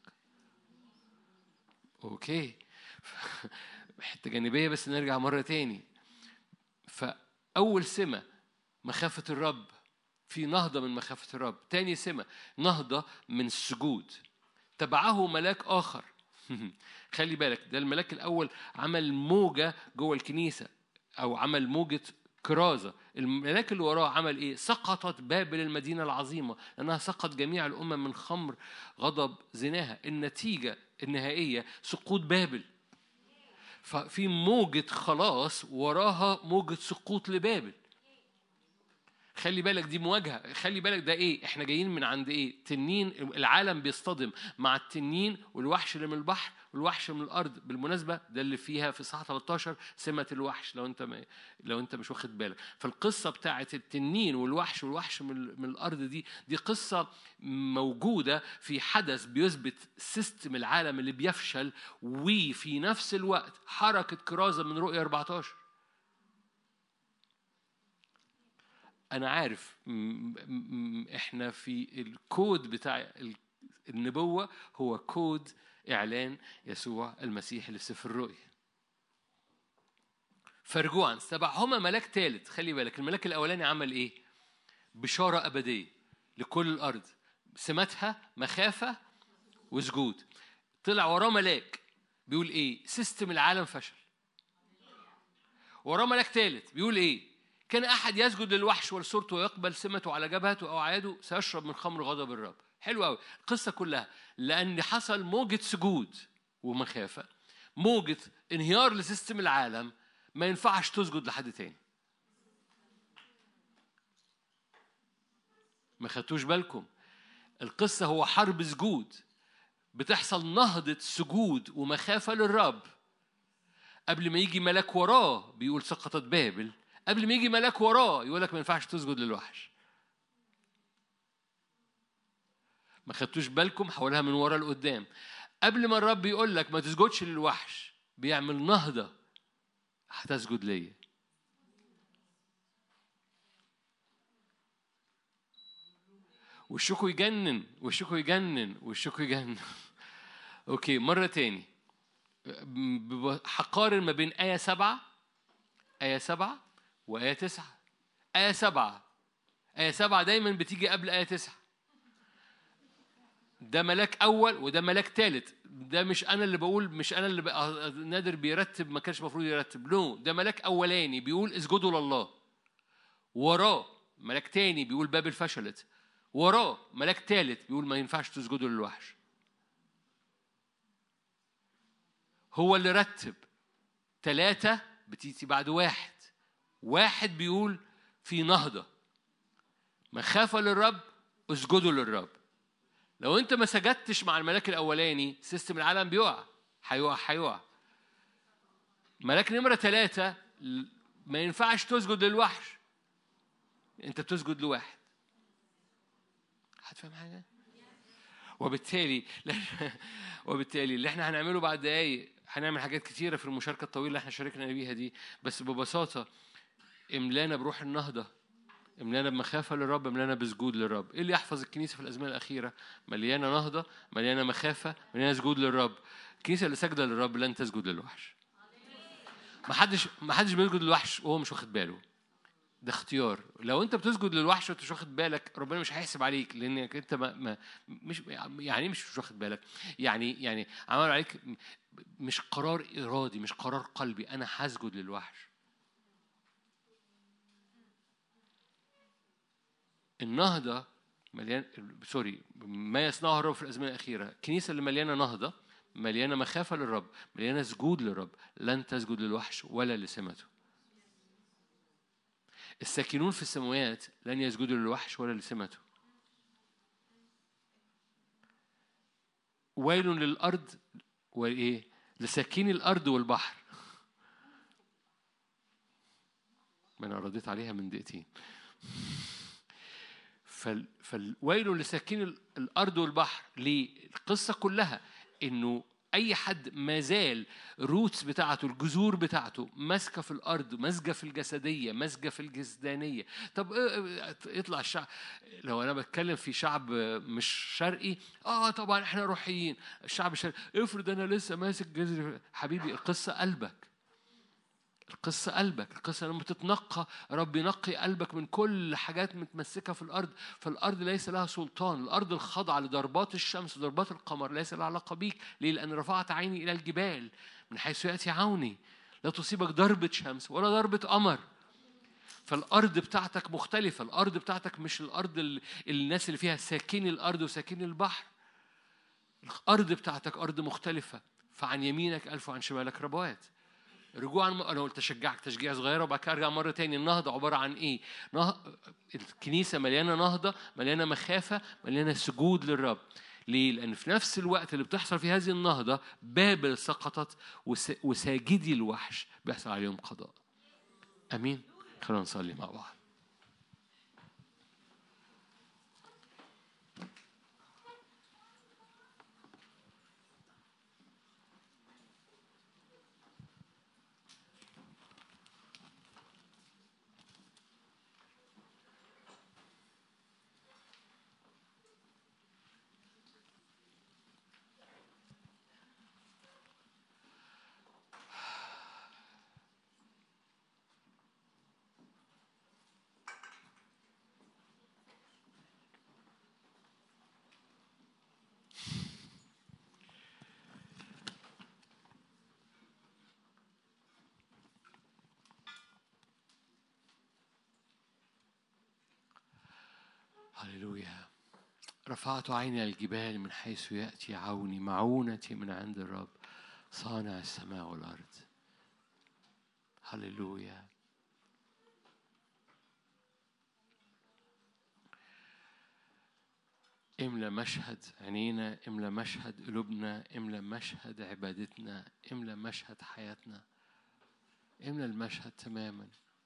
اوكي. حته جانبيه بس نرجع مره تاني. فاول سمه مخافه الرب، في نهضه من مخافه الرب. تاني سمه نهضه من السجود. تبعه ملاك اخر. خلي بالك، ده الملاك الأول عمل موجة جوه الكنيسة أو عمل موجة كرازة. الملاك اللي وراه عمل إيه؟ سقطت بابل المدينة العظيمة، لأنها سقط جميع الأمم من خمر غضب زناها. النتيجة النهائية سقوط بابل. ففي موجة خلاص وراها موجة سقوط لبابل. خلي بالك دي مواجهة. خلي بالك ده ايه؟ احنا جايين من عند ايه؟ تنين. العالم بيصطدم مع التنين والوحش اللي من البحر والوحش من الارض. بالمناسبة ده اللي فيها في صحة 13 سمة الوحش، لو انت مش واخد بالك. فالقصة بتاعة التنين والوحش من الارض دي قصة موجودة في حدث بيثبت سيستم العالم اللي بيفشل، وفي نفس الوقت حركة كرازة من رؤية 14. أنا عارف إحنا في الكود بتاع النبوة هو كود إعلان يسوع المسيح اللي في سفر الرؤيا. فرجوعا تبعهما ملاك ثالث. خلي بالك الملاك الأولاني عمل إيه؟ بشارة أبدية لكل الأرض، سمتها مخافة وسجود. طلع وراه ملاك بيقول إيه؟ سيستم العالم فشل. وراه ملاك ثالث بيقول إيه؟ كان أحد يسجد للوحش ولصورته ويقبل سمته على جبهته أو عياده سيشرب من خمر غضب الرب. حلو قوي القصة كلها، لأن حصل موجة سجود ومخافة، موجة انهيار لسيستم العالم. ما ينفعش تسجد لحد تاني. ما خدتوش بالكم؟ القصة هو حرب سجود، بتحصل نهضة سجود ومخافة للرب. قبل ما يجي ملاك وراه بيقول سقطت بابل، قبل ما يجي ملاك وراه يقولك ما ينفعش تسجد للوحش. ما خدتوش بالكم؟ حولها من ورا لقدام. قبل ما الرب يقول لك ما تسجدش للوحش بيعمل نهضة، هتسجد ليا. وشكو يجنن وشكو يجنن وشكو يجنن. اوكي مرة تاني هقارن ما بين آية 7 وآية 9. آية 7 دايما بتيجي قبل آية 9. ده ملاك أول وده ملاك ثالث. ده مش أنا اللي بقول، مش أنا اللي نادر بيرتب، ما كانش مفروض يرتب. نو، ده ملاك أولاني بيقول اسجدوا لله. وراه ملاك تاني بيقول بابل فشلت. وراه ملاك ثالث بيقول ما ينفعش تسجدوا للوحش. هو اللي رتب. 3 بتيجي بعد 1. 1 بيقول في نهضة، مخافة للرب، اسجدوا للرب. لو انت ما سجدتش مع الملاك الاولاني سيستم العالم بيقع، هيقع. ملاك نمرة 3 ما ينفعش تسجد للوحش، انت بتسجد لواحد. هتفهم حاجة؟ وبالتالي اللي احنا هنعمله بعد دقايق، هنعمل حاجات كتيرة في المشاركة الطويلة اللي احنا شاركنا بيها دي، بس ببساطة املانا بروح النهضة، املانا بمخافة للرب، املانا بسجود للرب. ايه اللي يحفظ الكنيسة في الأزمنة الأخيرة؟ مليانة نهضة، مليانة مخافة، مليانة سجود للرب. الكنيسة اللي ساجدة للرب لن تسجد للوحش. ما حدش بيسجد للوحش وهو مش واخد باله. ده اختيار. لو انت بتسجد للوحش وانت مش واخد بالك، ربنا مش هيحسب عليك، لانك انت مش يعني مش واخد بالك. يعني عمل عليك مش قرار ارادي، مش قرار قلبي انا هسجد للوحش. النهضه مليان ما يصنعه الرب في الازمنه الاخيره. الكنيسه اللي مليانه نهضه، مليانه مخافه للرب، مليانه سجود للرب، لن تسجد للوحش ولا لسمته. الساكنون في السماوات لن يسجدوا للوحش ولا لسمته. ويل للأرض وإيه؟ لساكين الأرض والبحر. ما أنا رديت عليها من دقيقتين. فالويل لساكين الأرض والبحر. ليه؟ القصة كلها إنه أي حد ما زال روتس بتاعته، الجذور بتاعته ماسكة في الأرض، ماسكة في الجسدية، ماسكة في الجسدانية. طب يطلع الشعب، لو أنا بتكلم في شعب مش شرقي، طبعا إحنا روحيين. الشعب الشرقي افرض أنا لسه ماسك جذر. حبيبي القصة قلبك، القصة لما تتنقى رب ينقي قلبك من كل حاجات متمسكة في الأرض. فالأرض ليس لها سلطان. الأرض الخاضعة لضربات الشمس وضربات القمر ليس لها علاقة بيك. ليه؟ لأن رفعت عيني إلى الجبال من حيث يأتي عوني، لا تصيبك ضربة شمس ولا ضربة قمر. فالأرض بتاعتك مختلفة. الأرض بتاعتك مش الأرض الناس اللي فيها ساكني الأرض وساكني البحر. الأرض بتاعتك أرض مختلفة. فعن يمينك 1000 وعن شمالك ربوات. رجوعا أنا قلت أشجعك تشجيع صغيرة وبعد كده أرجع مرة تاني. النهضة عبارة عن إيه؟ الكنيسة مليانة نهضة، مليانة مخافة، مليانة سجود للرب. ليه؟ لأن في نفس الوقت اللي بتحصل في هذه النهضة بابل سقطت وساجدي الوحش بيحصل عليهم قضاء. أمين. خلونا نصلي مع بعض. هللويا. رفعت عيني الجبال من حيث يأتي عوني، معونتي من عند الرب صانع السماء والأرض. هللويا. املى مشهد عينينا، املى مشهد قلوبنا، املى مشهد عبادتنا، املى مشهد حياتنا، املى المشهد تماما.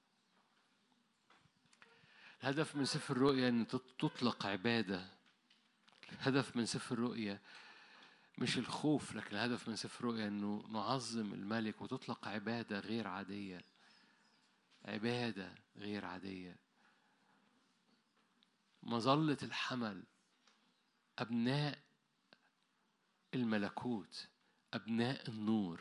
الهدف من سفر الرؤيا ان تطلق عبادة. الهدف من سفر الرؤيا مش الخوف، لكن الهدف من سفر الرؤيا انه نعظم الملك وتطلق عبادة غير عادية. عبادة غير عادية. مظلة الحمل، أبناء الملكوت، أبناء النور،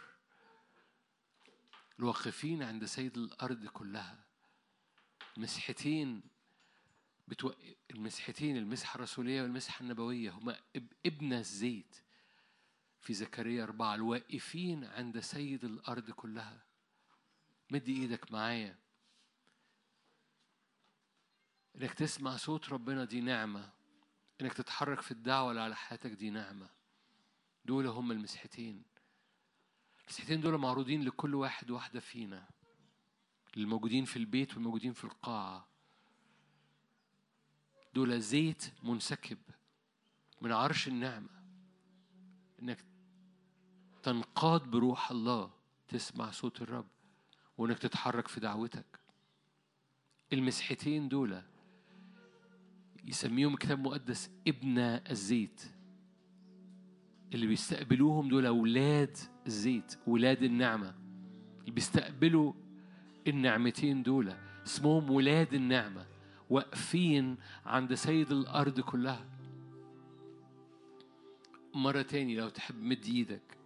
الواقفين عند سيد الأرض كلها. المسحتين المسحتين، المسحة الرسولية والمسحة النبوية، هما ابن الزيت في زكريا 4، الواقفين عند سيد الأرض كلها. مد إيدك معايا. إنك تسمع صوت ربنا دي نعمة، إنك تتحرك في الدعوة اللي على حياتك دي نعمة. دول هم المسحتين. المسحتين دول معروضين لكل واحد واحدة فينا، الموجودين في البيت والموجودين في القاعة. دول زيت منسكب من عرش النعمة، إنك تنقاد بروح الله، تسمع صوت الرب، وإنك تتحرك في دعوتك. المسحتين دول يسميهم الكتاب المقدس ابن الزيت. اللي بيستقبلوهم دول أولاد الزيت، ولاد النعمة. اللي بيستقبلوا النعمتين دول اسمهم ولاد النعمة، واقفين عند سيد الأرض كلها. مرة تاني لو تحب مد ايدك،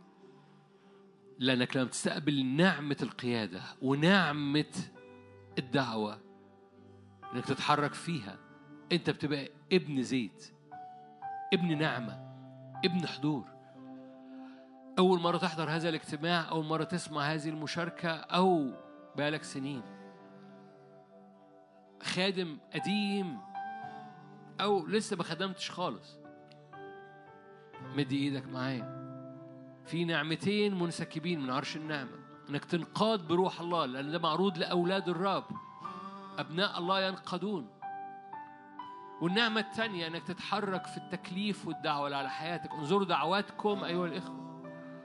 لأنك لما تستقبل نعمة القيادة ونعمة الدعوة إنك تتحرك فيها، أنت بتبقى ابن زيت، ابن نعمة، ابن حضور. أول مرة تحضر هذا الاجتماع، أول مرة تسمع هذه المشاركة، أو بقالك سنين خادم قديم، أو لسه ما خدمتش خالص، مد إيدك معايا. في نعمتين منسكبين من عرش النعمة، إنك تنقاد بروح الله، لأن ده معروض لأولاد الرب. أبناء الله ينقادون. والنعمة الثانية إنك تتحرك في التكليف والدعوة اللي على حياتك. انظروا دعواتكم أيها الإخوة.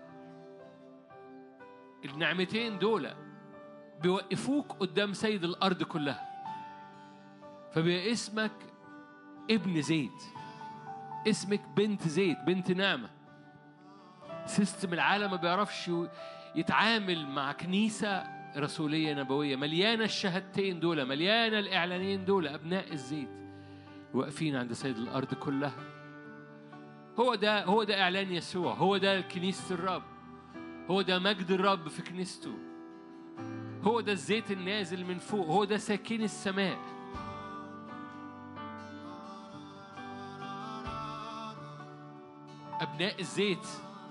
النعمتين دول بيوقفوك قدام سيد الأرض كلها، فبقى اسمك ابن زيت، اسمك بنت زيت، بنت نعمة. سيستم العالم ما بيعرفش يتعامل مع كنيسة رسولية نبوية مليانة الشهادتين دول، مليانة الإعلانين دول. أبناء الزيت واقفين عند سيد الأرض كلها. هو ده إعلان يسوع، هو ده كنيسة الرب، هو ده مجد الرب في كنيسته، هو ده الزيت النازل من فوق، هو ده ساكن السماء. أبناء الزيت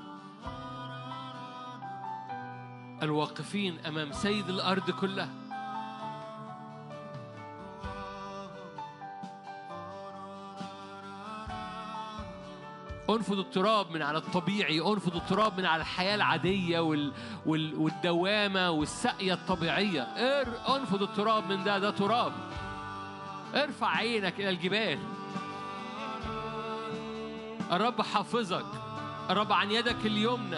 الواقفين أمام سيد الأرض كلها. انفض التراب من على الطبيعي، انفض التراب من على الحياة العادية والدوامة والسقية الطبيعية. انفض التراب من ده تراب. ارفع عينك إلى الجبال. الرب حافظك، الرب عن يدك اليمنى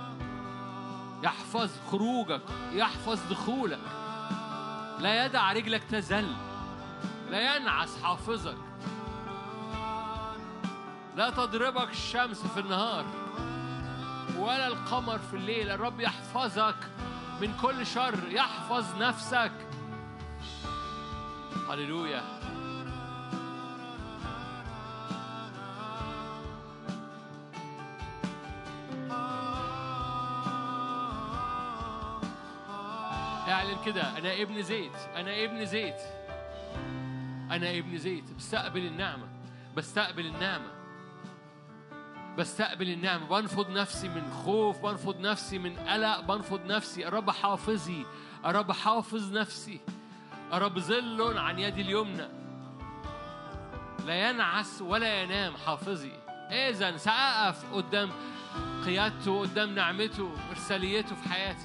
يحفظ خروجك، يحفظ دخولك، لا يدع رجلك تزل، لا ينعس حافظك، لا تضربك الشمس في النهار ولا القمر في الليل. الرب يحفظك من كل شر، يحفظ نفسك. هللويا. اعلن كده، أنا ابن زيت، أنا ابن زيت، أنا ابن زيت. بستقبل النعمة، بستقبل النعمة، بستقبل النعمة. بنفض نفسي من خوف، بنفض نفسي من قلق، بنفض نفسي. الرب حافظي، الرب حافظ نفسي. الرب ظل عن يدي اليمنى. لا ينعس ولا ينام حافظي. إذن سأقف قدام قيادته، قدام نعمته وإرساليته في حياتي.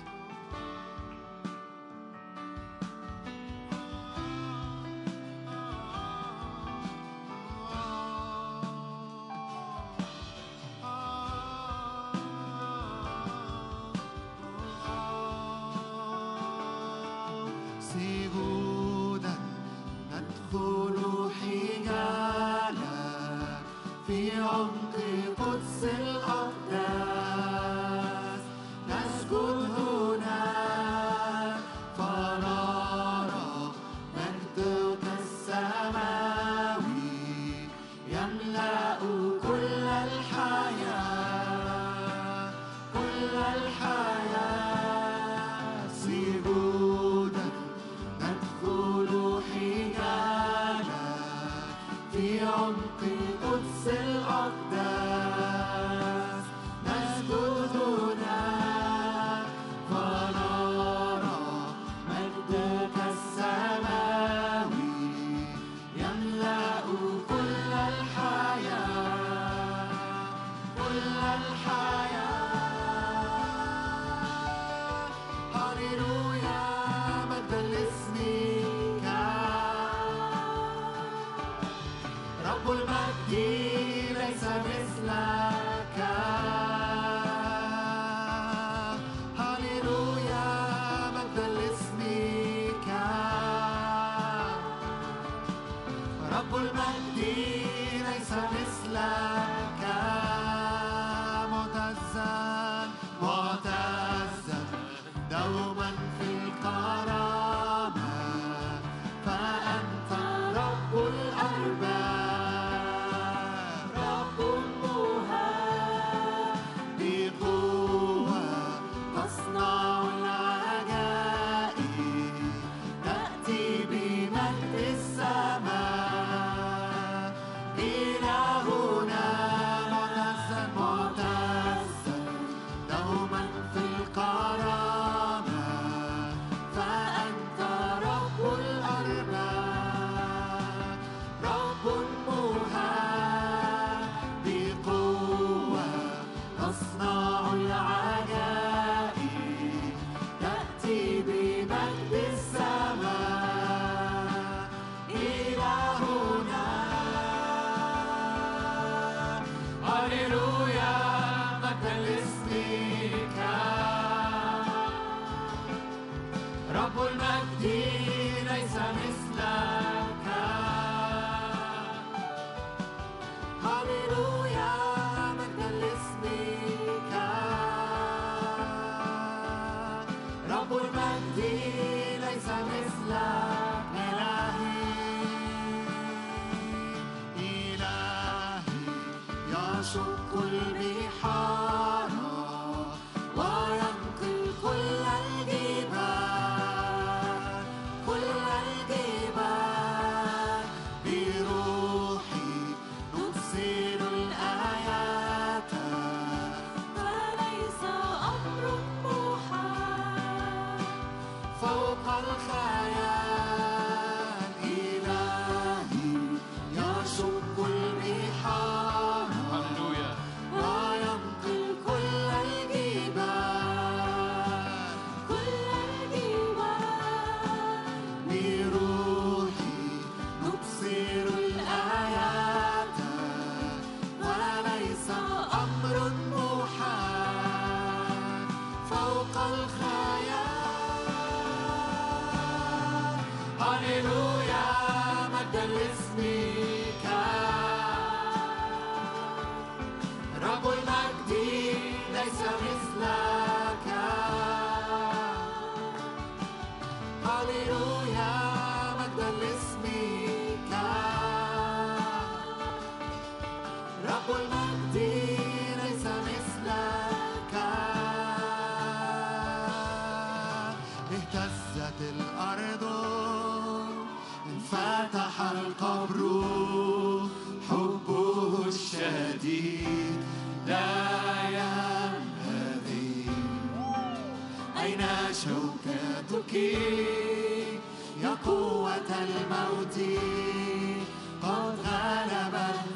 قد غلب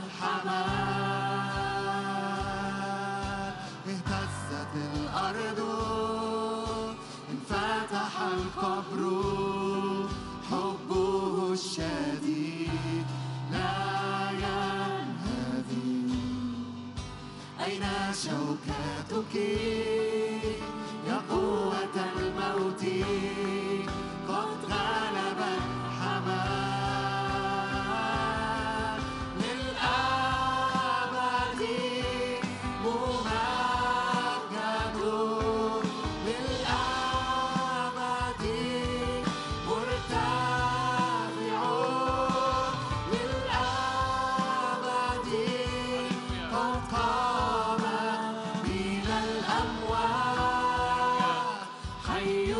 الحمل. اهتزت الأرض انفتح القبر حبه الشديد لا ينهدي. أين شوكتك يا قوة الموت قد غلب الحمل. للأبد ممجد للأبد مرتفع للأبد قد قام من الأموات حي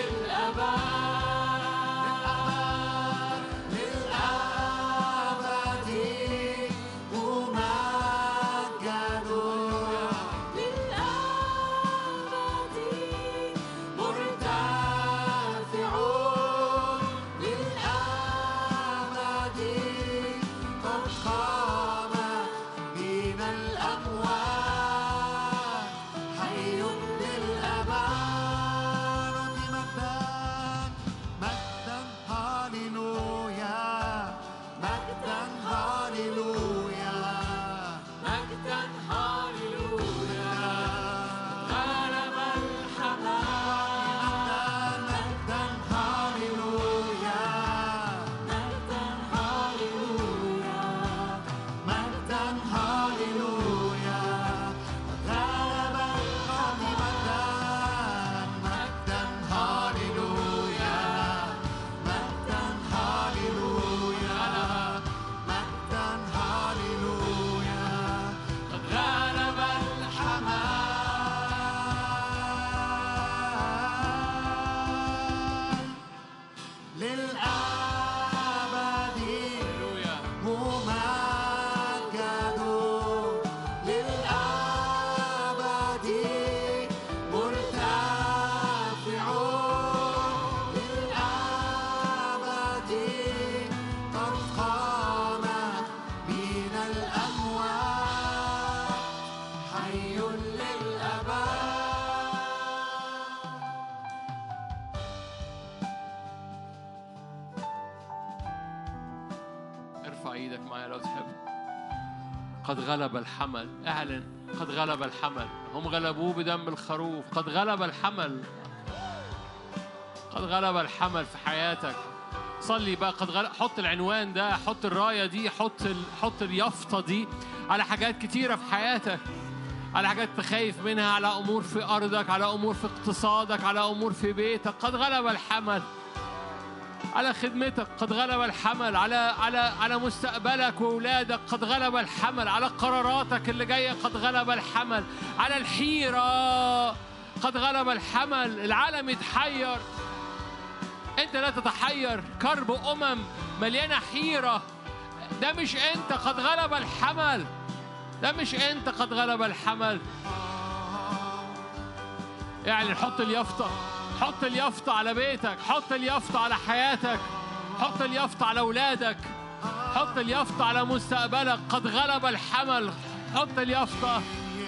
قد غلب الحمل. اعلن قد غلب الحمل. هم غلبوه بدم الخروف. قد غلب الحمل. قد غلب الحمل في حياتك. صلي بقى قد غلب. حط العنوان ده، حط الراية دي، حط اليافطة دي على حاجات كتيرة في حياتك، على حاجات تخايف منها، على أمور في أرضك، على أمور في اقتصادك، على أمور في بيتك. قد غلب الحمل. على خدمتك قد غلب الحمل، على مستقبلك وأولادك قد غلب الحمل، على قراراتك اللي جاية قد غلب الحمل، على الحيرة قد غلب الحمل. العالم يتحير، أنت لا تتحير. كرب مليانة حيرة، ده مش أنت. قد غلب الحمل، ده مش أنت. قد غلب الحمل. يعني حط اليافطة، حط اليافطة على بيتك، حط اليافطة على حياتك، حط اليافطة على أولادك، حط اليافطة على مستقبلك. قد غلب الحمل. حط اليافطة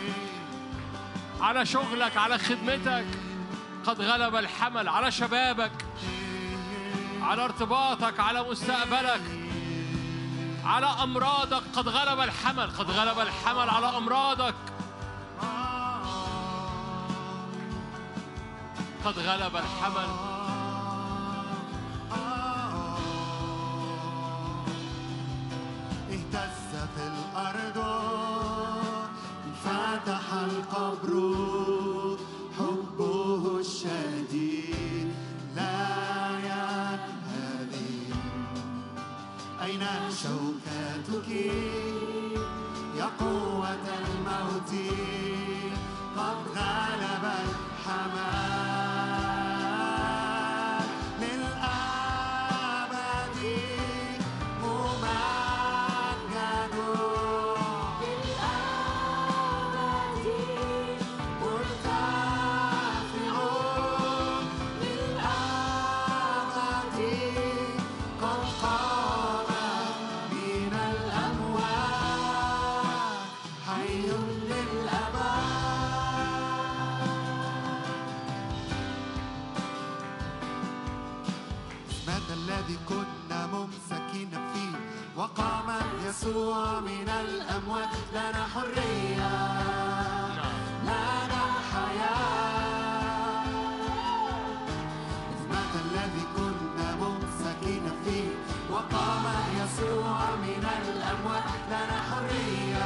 على شغلك، على خدمتك. قد غلب الحمل. على شبابك، على ارتباطك، على مستقبلك، على أمراضك. قد غلب الحمل. قد غلب الحمل على أمراضك. قد غلب الحمل. اهتزت الأرض انفتح القبر حبه الشديد لا ينهدي. أين شوكتك يا قوة الموت قد غلب الحمل. من الذي كنا ممسكين فيه وقام يسوع من الأموات لنا حرية لنا حياة إذ مات الذي كنا ممسكين فيه وقام يسوع من الأموات لنا حرية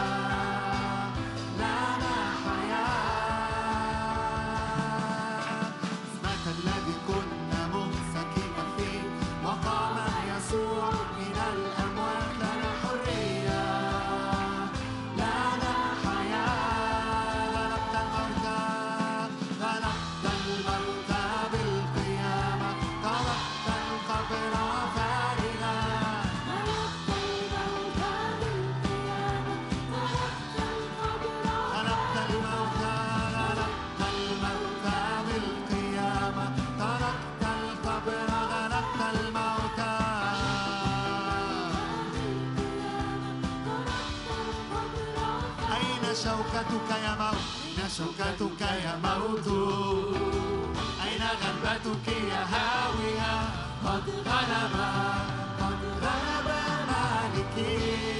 لنا حياة إذ مات الذي كنا ممسكين فيه وقام يسوع من الأموات لنا حرية لنا حياة غلبت الموتى بالقيامة طرقت القبر فارغا غلبت الموتى بالقيامة طرقت القبر غلبت الموتى أين شوكتك يا موت أين شوكتك يا موت أين غلبتك يا هاوية قد غلب مالكي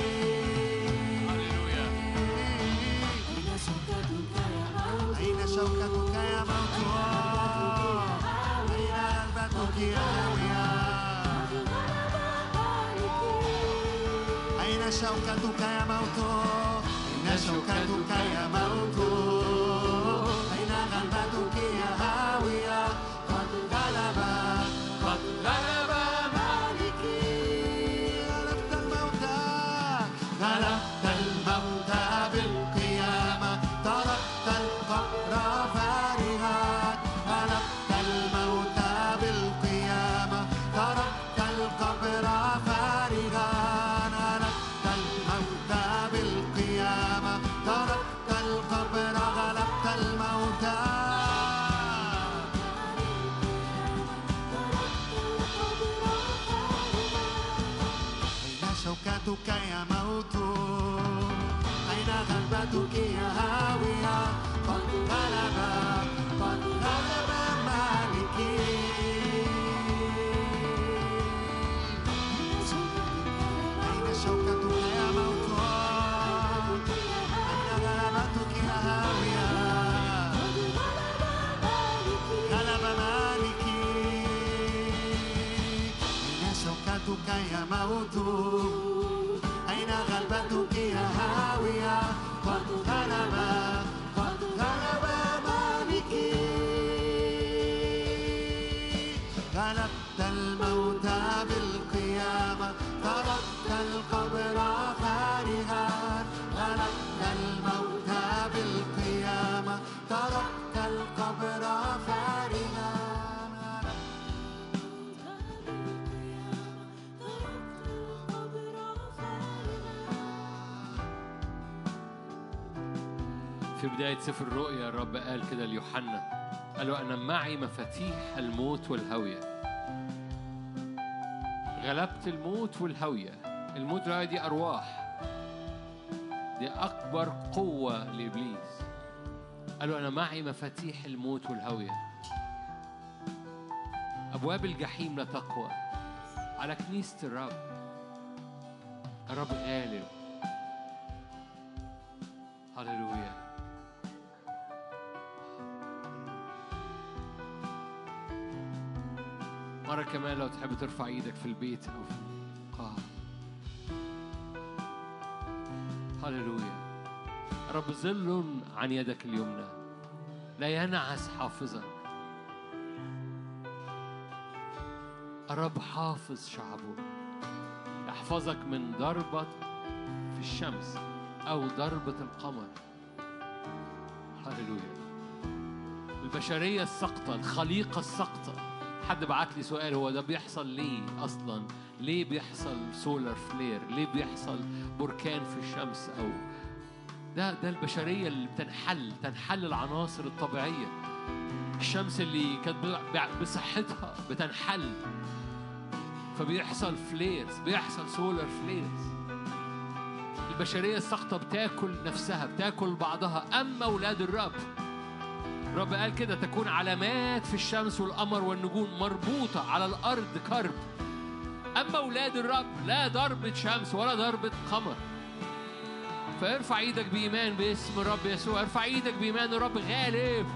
أين شوكتك يا موت أين غلبتك يا هاوية أين شوكتك يا موت أين شوكتك يا موت أين غلبتك يا هاوية قد غلب مالكي غلبت الموتى بالقيامة تركت القبر فارغا غلبت الموتى بالقيامة تركت القبر فارغا غلبت الموتى بالقيامة تركت القبر غلبت الموتى أين شوكتك يا موت أين غلبتك يا هاوية قد غلب مالكي أين شوكتك يا موت أين غلبتك يا هاوية غلب مالكي أين شوكتك يا موت أين غلبتك يا هاوية قد غلب مالكي غلبت الموتى بالقيامة تركت القبر فارغا غلبت الموتى بالقيامة تركت القبر فارغا في بداية سفر الرؤيا الرب قال كده ليوحنا، قال له أنا معي مفاتيح الموت والهوية. غلبت الموت والهوية. الموت والهوية دي أرواح، دي أكبر قوة لإبليس. قال له أنا معي مفاتيح الموت والهوية. أبواب الجحيم لا تقوى على كنيسة الرب. الرب غالب. هللويا. مرة كمان لو تحب ترفع ايدك في البيت أو في القاعة. هللويا. رب ظل عن يدك اليمنى لا ينعس حافظك. الرب حافظ شعبه، يحفظك من ضربة في الشمس أو ضربة القمر. هللويا. البشرية السقطة، الخليقة السقطة. حد بعت لي سؤال، هو ده بيحصل ليه أصلا؟ ليه بيحصل سولار فلير؟ ليه بيحصل بركان في الشمس؟ أو ده البشرية اللي تنحل العناصر الطبيعية. الشمس اللي كانت بصحتها بتنحل، فبيحصل فليرز، بيحصل سولار فليرز. البشرية السقطة بتاكل نفسها، بتاكل بعضها. أما أولاد الرب الرب قال كده تكون علامات في الشمس والقمر والنجوم مربوطة على الأرض كرب أما أولاد الرب لا ضربة شمس ولا ضربة قمر. فارفع ايدك بإيمان باسم الرب يسوع. ارفع ايدك بإيمان الرب غالب،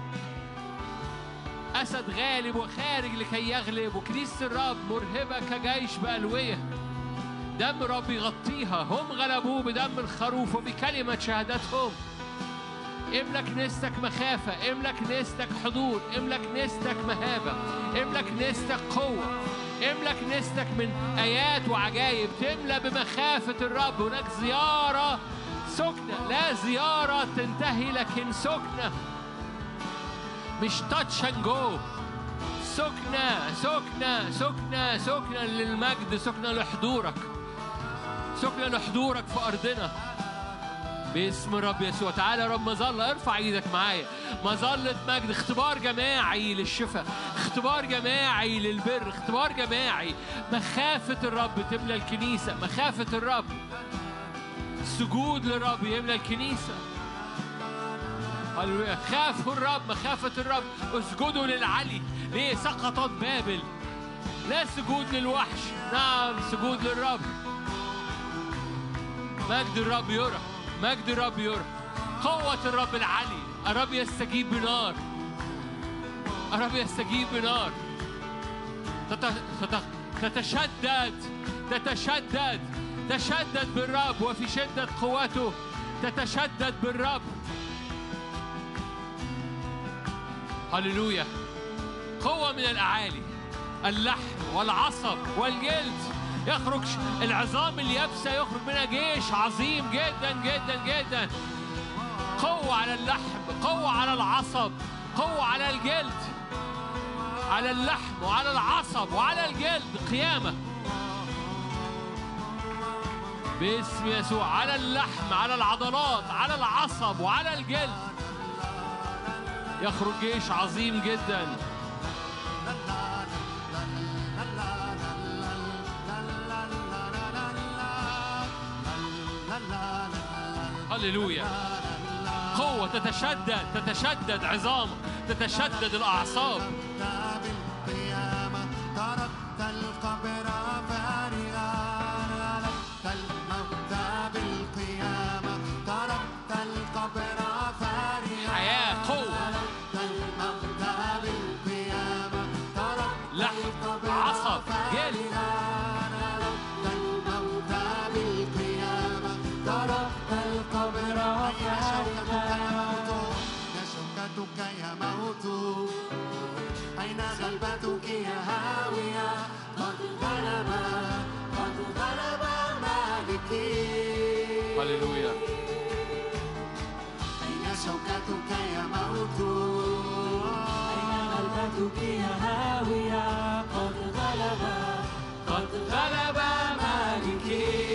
أسد غالب وخارج لكي يغلب، وكنيسة الرب مرهبة كجيش بألوية. دم الرب يغطيها. هم غلبوه بدم الخروف وبكلمة شهادتهم. املك نستك مخافة، املك نستك حضور، املك نستك مهابة، املك نستك قوة، املك نستك من آيات وعجائب. تملى بمخافة الرب. هناك زيارة سكنة، لا زيارة تنتهي لكن سكنة، مش تاتش اند جو. سكنة سكنة سكنة سكنة للمجد، سكنة لحضورك، سكنة لحضورك في أرضنا باسم الرب يسوع. تعالى يا رب مظلة، ارفع ايدك معايا. مظلة مجد، اختبار جماعي للشفاء، اختبار جماعي للبر، اختبار جماعي. مخافة الرب تملى الكنيسة، مخافة الرب. سجود للرب يملى الكنيسة. هللويا. خافوا الرب، مخافة الرب. اسجدوا للعلي. ليه؟ سقطت بابل. لا سجود للوحش، نعم سجود للرب. مجد الرب يرى، مجد الرب يرى. قوة الرب العلي. الرب يستجيب بنار، الرب يستجيب بنار. تتشدد تتشدد تشدد بالرب، وفي شدة قوته تتشدد بالرب. هللويا. قوة من الأعالي، اللحم والعصب والجلد يخرج، العظام اليابسة يخرج منها جيش عظيم جدا جدا جدا. قوة على اللحم، قوة على العصب، قوة على الجلد، على اللحم وعلى العصب وعلى الجلد. قيامة باسم يسوع. على اللحم، على العضلات، على العصب وعلى الجلد يخرج جيش عظيم جدا. هللويا. قوة تتشدد، تتشدد عظام، تتشدد الأعصاب. حياة، قوة، لحم، عصب، جلد. يا موت أين غلبتك يا هاوية؟ قد غلب مالكي. هللويا. أين شوكتك يا موت؟ أين غلبتك يا هاوية؟ قد غلب مالكي.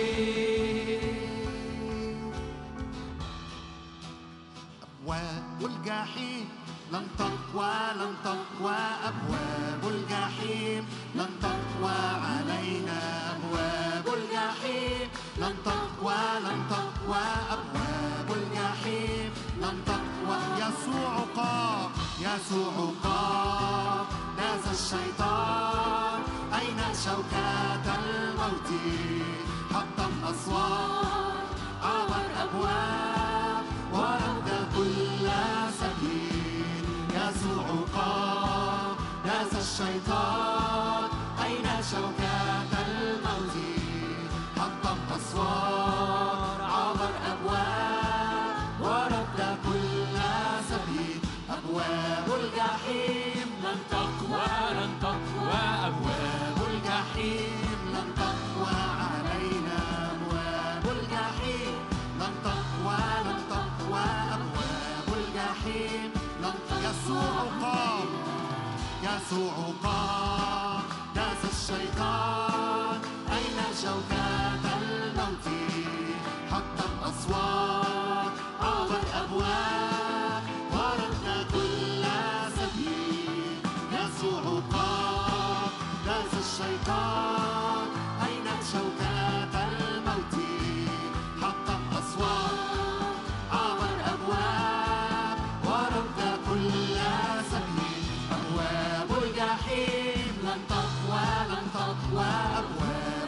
أبواب الجحيم لن تقوى، لن تقوى. أبواب الجحيم لن تقوى علينا. أبواب الجحيم لن تقوى، لن تقوى. أبواب الجحيم لن تقوى. يسوع قام، يسوع قام. ناز الشيطان. أين شوكات الموت؟ حطم أسوار، عبر أبواب ورد كل سبيل. يسوع قام، ناز الشيطان. أين شوكات الموت؟ حطم أسوار، عبر أبواب ورد كل سبيل. أبواب الجحيم لن تقوى، لن تقوى. أبواب الجحيم لن تقوى علينا. أبواب الجحيم لن تقوى، لن تقوى. أبواب الجحيم لن تقوى. يسوع قام، يسوع قام. داس الشيطان. أين شوكات الموت؟ حطم أسوار، عبر أبواب ورد كل سبيل. يسوع قام، داس الشيطان. أين شوكات الموت؟ حطم أسوار، عبر أبواب ورد كل سبيل. أبواب الجحيم لن تقوى، لن تقوى. أبواب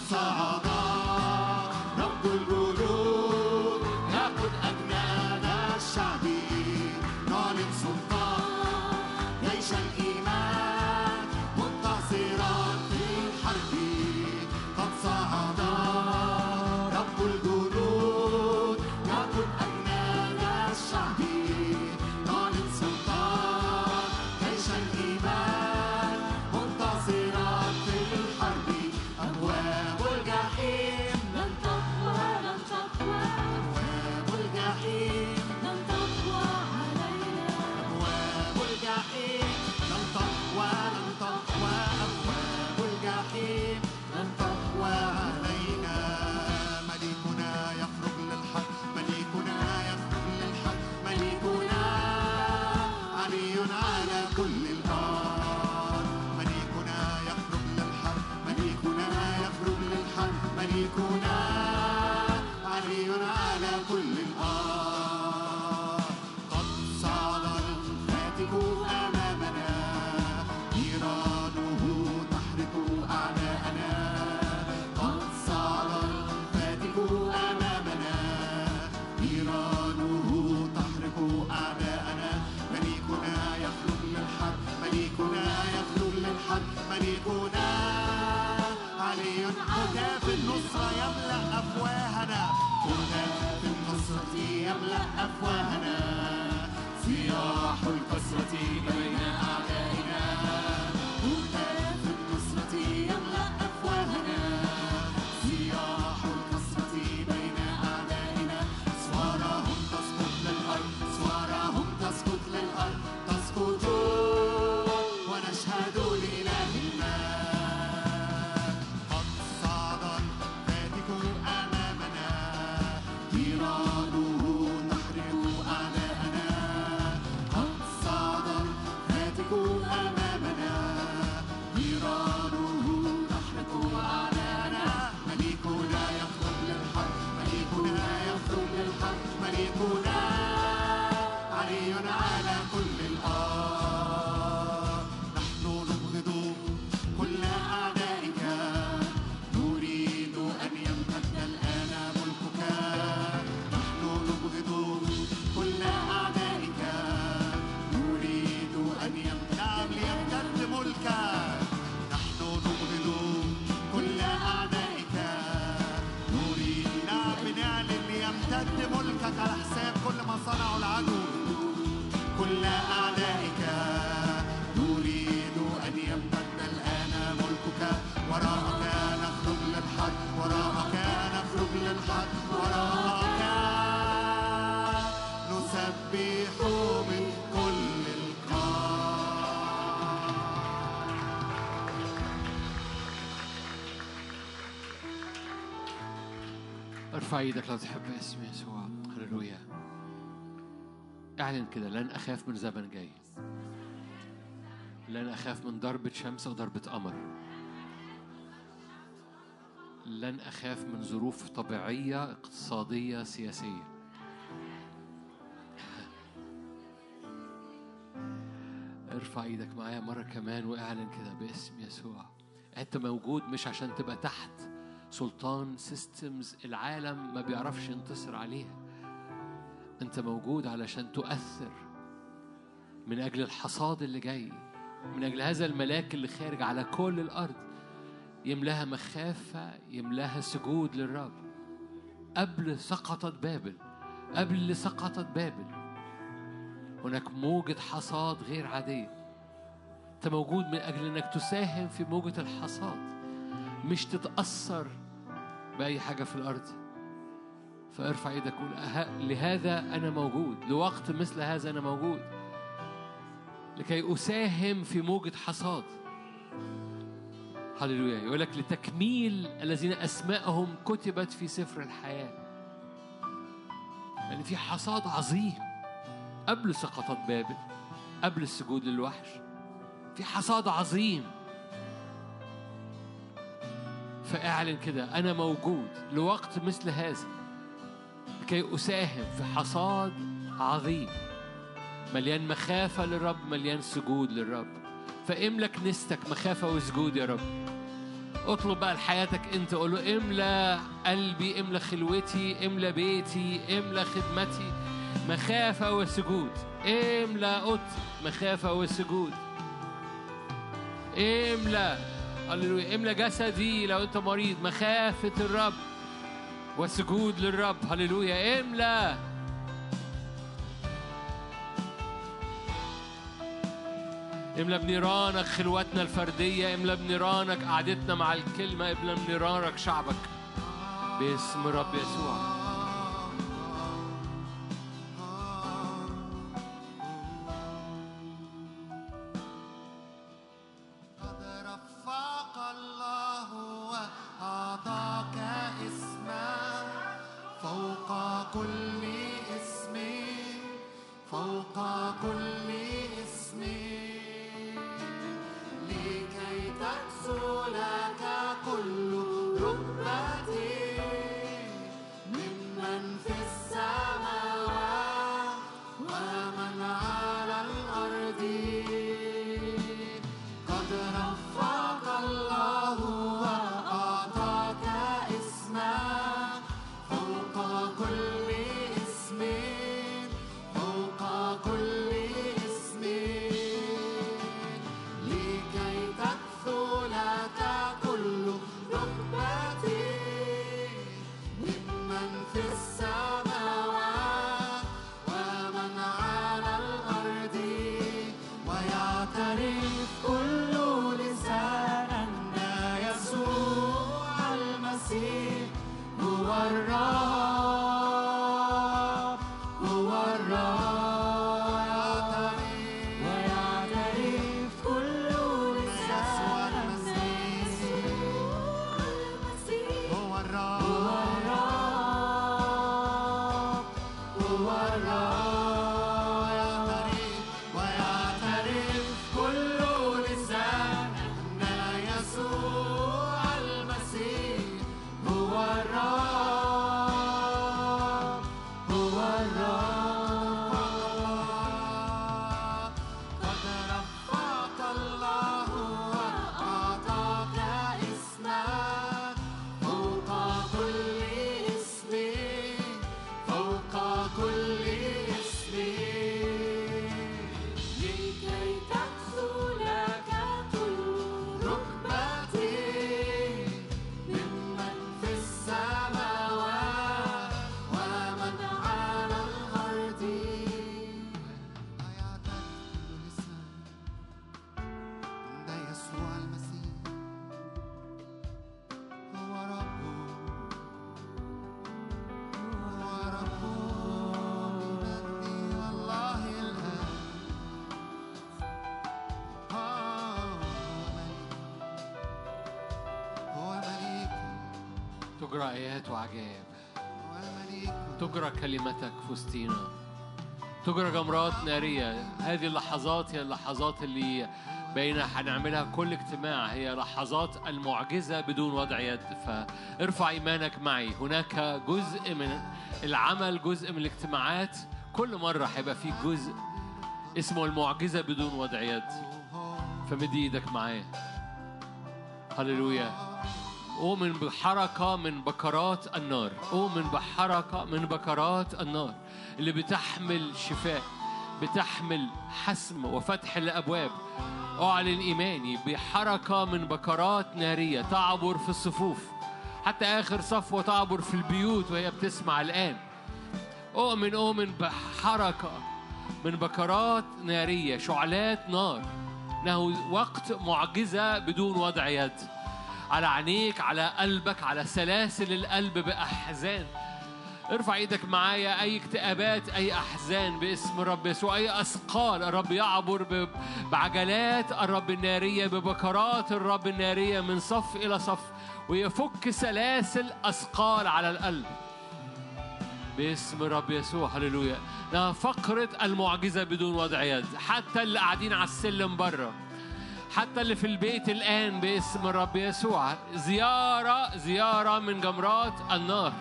صعد رب الجنود يقود أجناد الشعب نعلن سلطان جيش الإيمان منتصرا في الحرب قد صعد رب الجنود يقود أجناد الشعب نعلن سلطان جيش الإيمان منتصرا في الحرب أبواب الجحيم لن تقوى أبواب الجحيم لن تقوى علينا أبواب الجحيم لن تقوى أبواب الجحيم لن تقوى علينا ملكنا يخرج للحق ملكنا يخرج للحق ملكنا علي على كل الأرض ملكنا يخرج للحق ملكنا يخرج للحق ملكنا علي على كل الأرض قد صعد الهاتف أمامنا نيرانه تحرق أعداءنا قد صعد الهاتف أمامنا نيرانه تحرق أعداءنا ملكنا يخرج للحق ملكنا يخرج للحق ملكنا علي هتاف النصرة يملأ أفواهنا هتاف النصرة يملأ أفواهنا صياح الكسرة بين أعدائنا هتاف النصرة يملأ أفواهنا صياح الكسرة بين أعدائنا صوارهم تسقط للأرض صوارهم تسقط للأرض تسقط ونشهد لإله الماء قد صعد الهاتف أمامنا نيرانه تحرق أعداءنا قد صعد الهاتف أمامنا نيرانه تحرق أعداءنا ملكنا يخرج للحق ملكنا يخرج للحق ملكنا علي على كل الأرض نحن نبغض كل أعدائك نريد أن يمتد الآن ملكك نحن نبغض كل أعدائك نريد أن يمتد ملكك نحن نبغض كل أعدائك نريد بنعلن ليمتد ملكك على حساب كل ما صنعه العدو كل أعدائك نريد أن يمتد الآن ملكك وراءك نخرج للحق وراءك نخرج للحق وراءك نسبح من كل القلب ارفع ايدك لو تحب اسم يسوع. هللويا. اعلن كده لن اخاف من زمن جاي، لن اخاف من ضربة شمس او ضربة قمر، لن اخاف من ظروف طبيعية اقتصادية سياسية. ارفع ايدك معايا مرة كمان واعلن كده باسم يسوع. انت موجود مش عشان تبقى تحت سلطان سيستمز العالم ما بيعرفش ينتصر عليها. انت موجود علشان تؤثر من اجل الحصاد اللي جاي، من اجل هذا الملاك اللي خارج على كل الارض، يملاها مخافة، يملاها سجود للرب. قبل سقطت بابل هناك موجة حصاد غير عادية. انت موجود من اجل انك تساهم في موجة الحصاد، مش تتأثر بأي حاجة في الأرض. فارفع ايدك قول لهذا أنا موجود، لوقت مثل هذا أنا موجود، لكي أساهم في موجة حصاد. هللويا. يقول لك لتكميل الذين أسماءهم كتبت في سفر الحياة. يعني في حصاد عظيم قبل سقطت بابل، قبل السجود للوحش، في حصاد عظيم. فاعلن كده أنا موجود لوقت مثل هذا لكي أساهم في حصاد عظيم مليان مخافة للرب، مليان سجود للرب. فاملك نستك مخافة وسجود يا رب. اطلب بقى لحياتك انت، قول له املى قلبي، املى خلوتي، املى بيتي، املى خدمتي مخافة وسجود. املى مخافة وسجود. املى، هللويا، املى جسدي لو انت مريض مخافة الرب وسجود للرب. هللويا، املى بنيرانك خلوتنا الفردية، املى بنيرانك قعدتنا مع الكلمة، املى بنيرانك شعبك باسم رب يسوع. قد رفعك الله وأعطاك اسما فوق كل اسم، فوق كل اسم، لكي تكسو لك كل ركبة ممن في السماوات ومن على الأرض. قد رفعك الله وأعطاك اسما فوق كل اسم، فوق كل اسم، لكي تكثو لك كل ركبة ممن في السماوات ومن على الأرض، ويعترف كل لسان أن يسوع المسيح هو الرب، هو الرب، ويعترف كل لسان أن يسوع المسيح هو الرب، هو الرب، ويعترف كل لسان أن يسوع المسيح هو الرب، هو الرب. قد رفعك الله وأعطاك اسما فوق كل اسم، فوق كل اسم، لكي تكسو لك كل ركبة ممن في السماوات ومن على الأرض. ويعترف كل لسان أن يسوع المسيح هو رب، هو رب المجد والله الآن. هو مليك، تجرى آيات وعجائب، هو المليك، تجرى كلمتك في وسطينا، تجرى جمرات نارية. هذه اللحظات هي اللحظات اللي بين هنعملها كل اجتماع، هي لحظات المعجزة بدون وضع يد. فارفع إيمانك معي، هناك جزء من العمل، جزء من الاجتماعات كل مرة هيبقى فيه جزء اسمه المعجزة بدون وضع يد. فمد ايدك معايا. هللويا. أؤمن بحركة من بكرات النار، أؤمن بحركة من بكرات النار اللي بتحمل شفاء، بتحمل حسم وفتح الأبواب. أعلن إيماني بحركة من بكرات نارية تعبر في الصفوف حتى آخر صف، وتعبر في البيوت وهي بتسمع الآن. أؤمن بحركة من بكرات نارية، شعلات نار، إنه وقت معجزة بدون وضع يد على عينيك، على قلبك، على سلاسل القلب بأحزان. ارفع ايدك معايا. اي اكتئابات، اي احزان باسم الرب يسوع، اي اثقال، الرب يعبر بعجلات الرب الناريه، ببكرات الرب الناريه من صف الى صف، ويفك سلاسل اثقال على القلب باسم الرب يسوع. هللويا. فقرة المعجزة بدون وضع يد، حتى اللي قاعدين على السلم بره، حتى اللي في البيت الآن باسم الرب يسوع. زيارة من جمرات النار،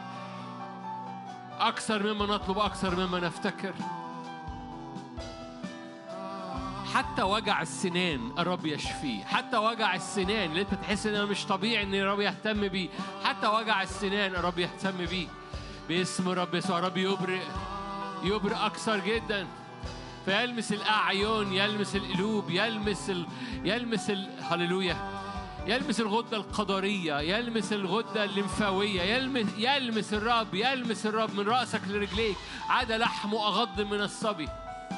أكثر مما نطلب، أكثر مما نفتكر. حتى وجع السنان الرب يشفيه، حتى وجع السنان اللي انت تحس انه مش طبيعي ان الرب يهتم بيه، حتى وجع السنان الرب يهتم بيه باسم الرب يسوع. الرب يبرئ اكثر جدا، فيلمس الاعين، يلمس القلوب، يلمس هللويا، يلمس الغدة القدرية، يلمس الغدة الليمفاوية، يلمس الرب من رأسك لرجليك، عاد لحمه أغض من الصبي.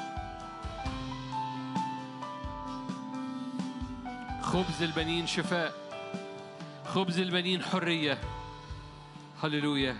خبز البنين شفاء، خبز البنين حرية. هللويا.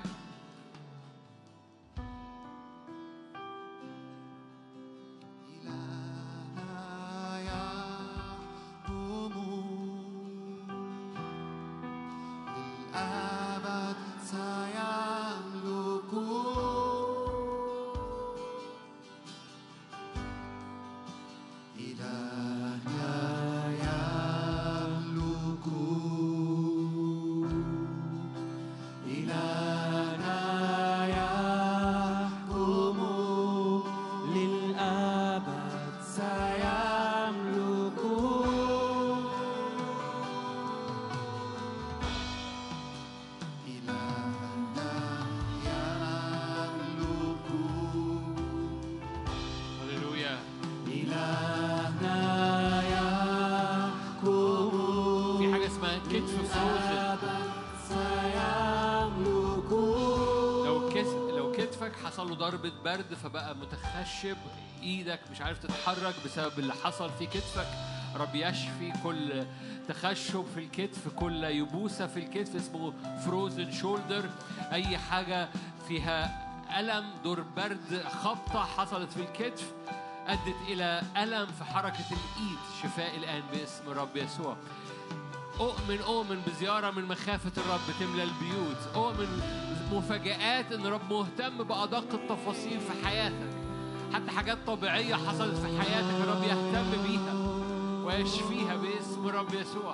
حصل له ضربة برد فبقى متخشب، ايدك مش عارف تتحرك بسبب اللي حصل في كتفك، رب يشفي كل تخشب في الكتف، كل يبوسة في الكتف اسمه فروزن شولدر، اي حاجة فيها ألم، دور برد، خبطة حصلت في الكتف أدت إلى ألم في حركة الإيد، شفاء الآن باسم الرب يسوع. أؤمن بزيارة من مخافة الرب تملى البيوت، أؤمن مفاجآت إن الرب مهتم بأدق التفاصيل في حياتك، حتى حاجات طبيعية حصلت في حياتك الرب يهتم بيها ويشفيها باسم الرب يسوع.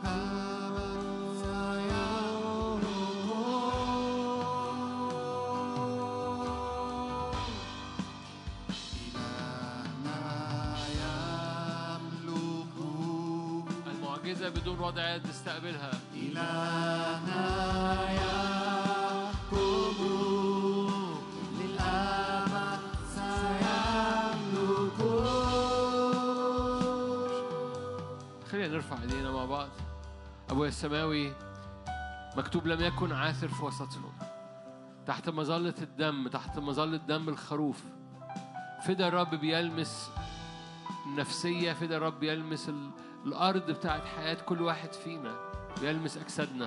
المعجزة بدون وضع يد استقبلها. إلهنا يحكم للأبد سيملك. خلينا نرفع ايدينا مع بعض. أبويا السماوي، مكتوب لم يكن عاثر في وسطهم، تحت مظلة الدم، تحت مظلة دم الخروف. فدا الرب بيلمس النفسية، فدا الرب يلمس الأرض بتاعت حياة كل واحد فينا، بيلمس أجسادنا.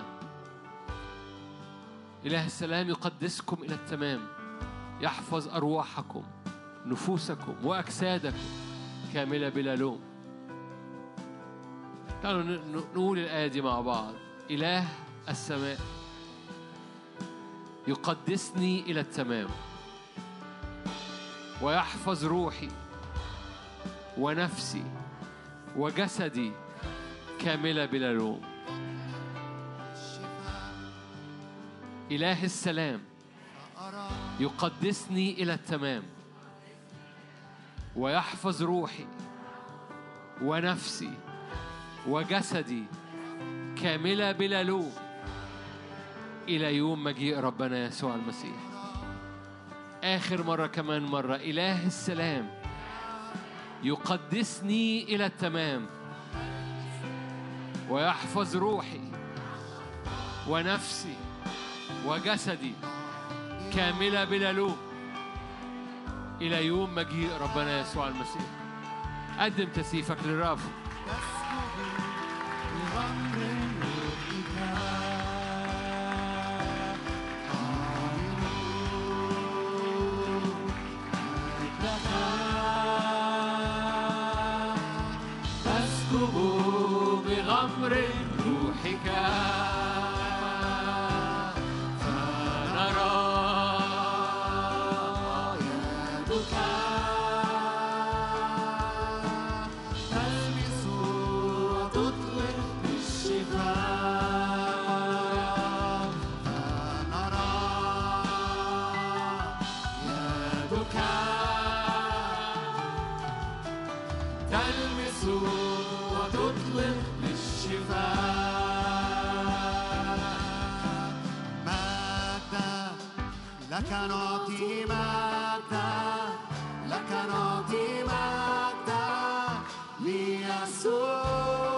إله السلام يقدسكم إلى التمام، يحفظ أرواحكم نفوسكم وأجسادكم كاملة بلا لوم. تعالوا نقول الآية دي مع بعض. إله السماء يقدسني إلى التمام ويحفظ روحي ونفسي وجسدي كاملة بلا لوم. إله السلام يقدسني إلى التمام ويحفظ روحي ونفسي وجسدي كاملة بلا لوم إلى يوم مجيء ربنا يسوع المسيح. آخر مرة كمان مرة. إله السلام يقدسني إلى التمام ويحفظ روحي ونفسي وجسدي كاملة بلا لوم إلى يوم مجيء ربنا يسوع المسيح. قدم تسيفك للرب. بغمر روحك فنرى يدك تلمس وتطلق بالشفاء لك نعطي مجدا لك نعطي مجدا ليسوع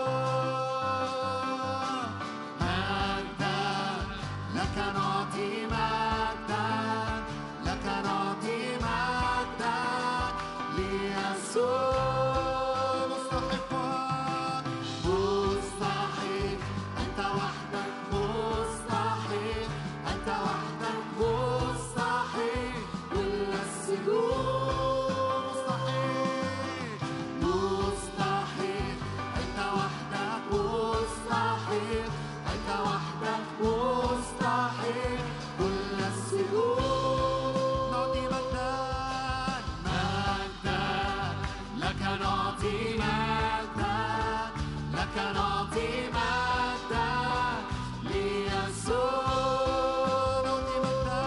مجدا لك نعطي مجدا لك نعطي مجدا ليسوع مستحق مستحق أنت وحدك مستحق أنت وحدك مستحق كل السجود مستحق مستحق أنت وحدك مستحق أنت وحدك مستحق كل السجود نعطي مجدا مجدا لك نعطي مجدا لك نعطي مجدا ليسوع نعطي مجدا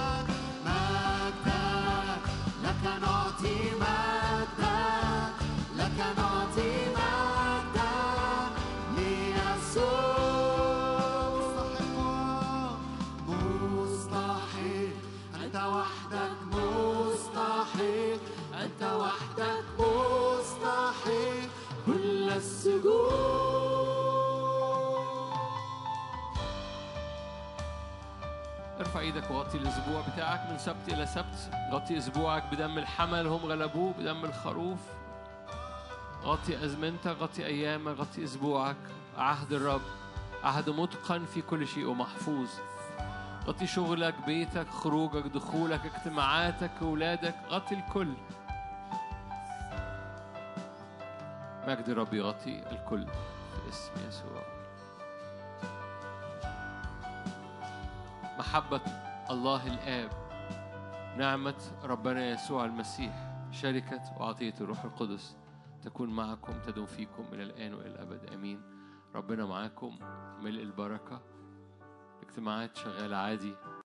مجدا لك نعطي مجدا لك نعطي مجدا ليسوع مستحق أنت وحدك مستحق أنت وحدك مستحق كل السجود ارفع ايدك وغطي الاسبوع بتاعك من سبت الى سبت. غطي اسبوعك بدم الحمل هم غلبوه بدم الخروف. غطي ازمنتك غطي ايامك غطي اسبوعك. عهد الرب عهد متقن في كل شيء ومحفوظ. غطي شغلك بيتك خروجك دخولك اجتماعاتك اولادك غطي الكل. مجد الرب يغطي الكل في اسم يسوع. محبة الله الآب نعمة ربنا يسوع المسيح شركة وعطية الروح القدس تكون معكم تدوم فيكم إلى الآن وإلى الأبد آمين. ربنا معاكم ملء البركة. اجتماعات شغالة عادي.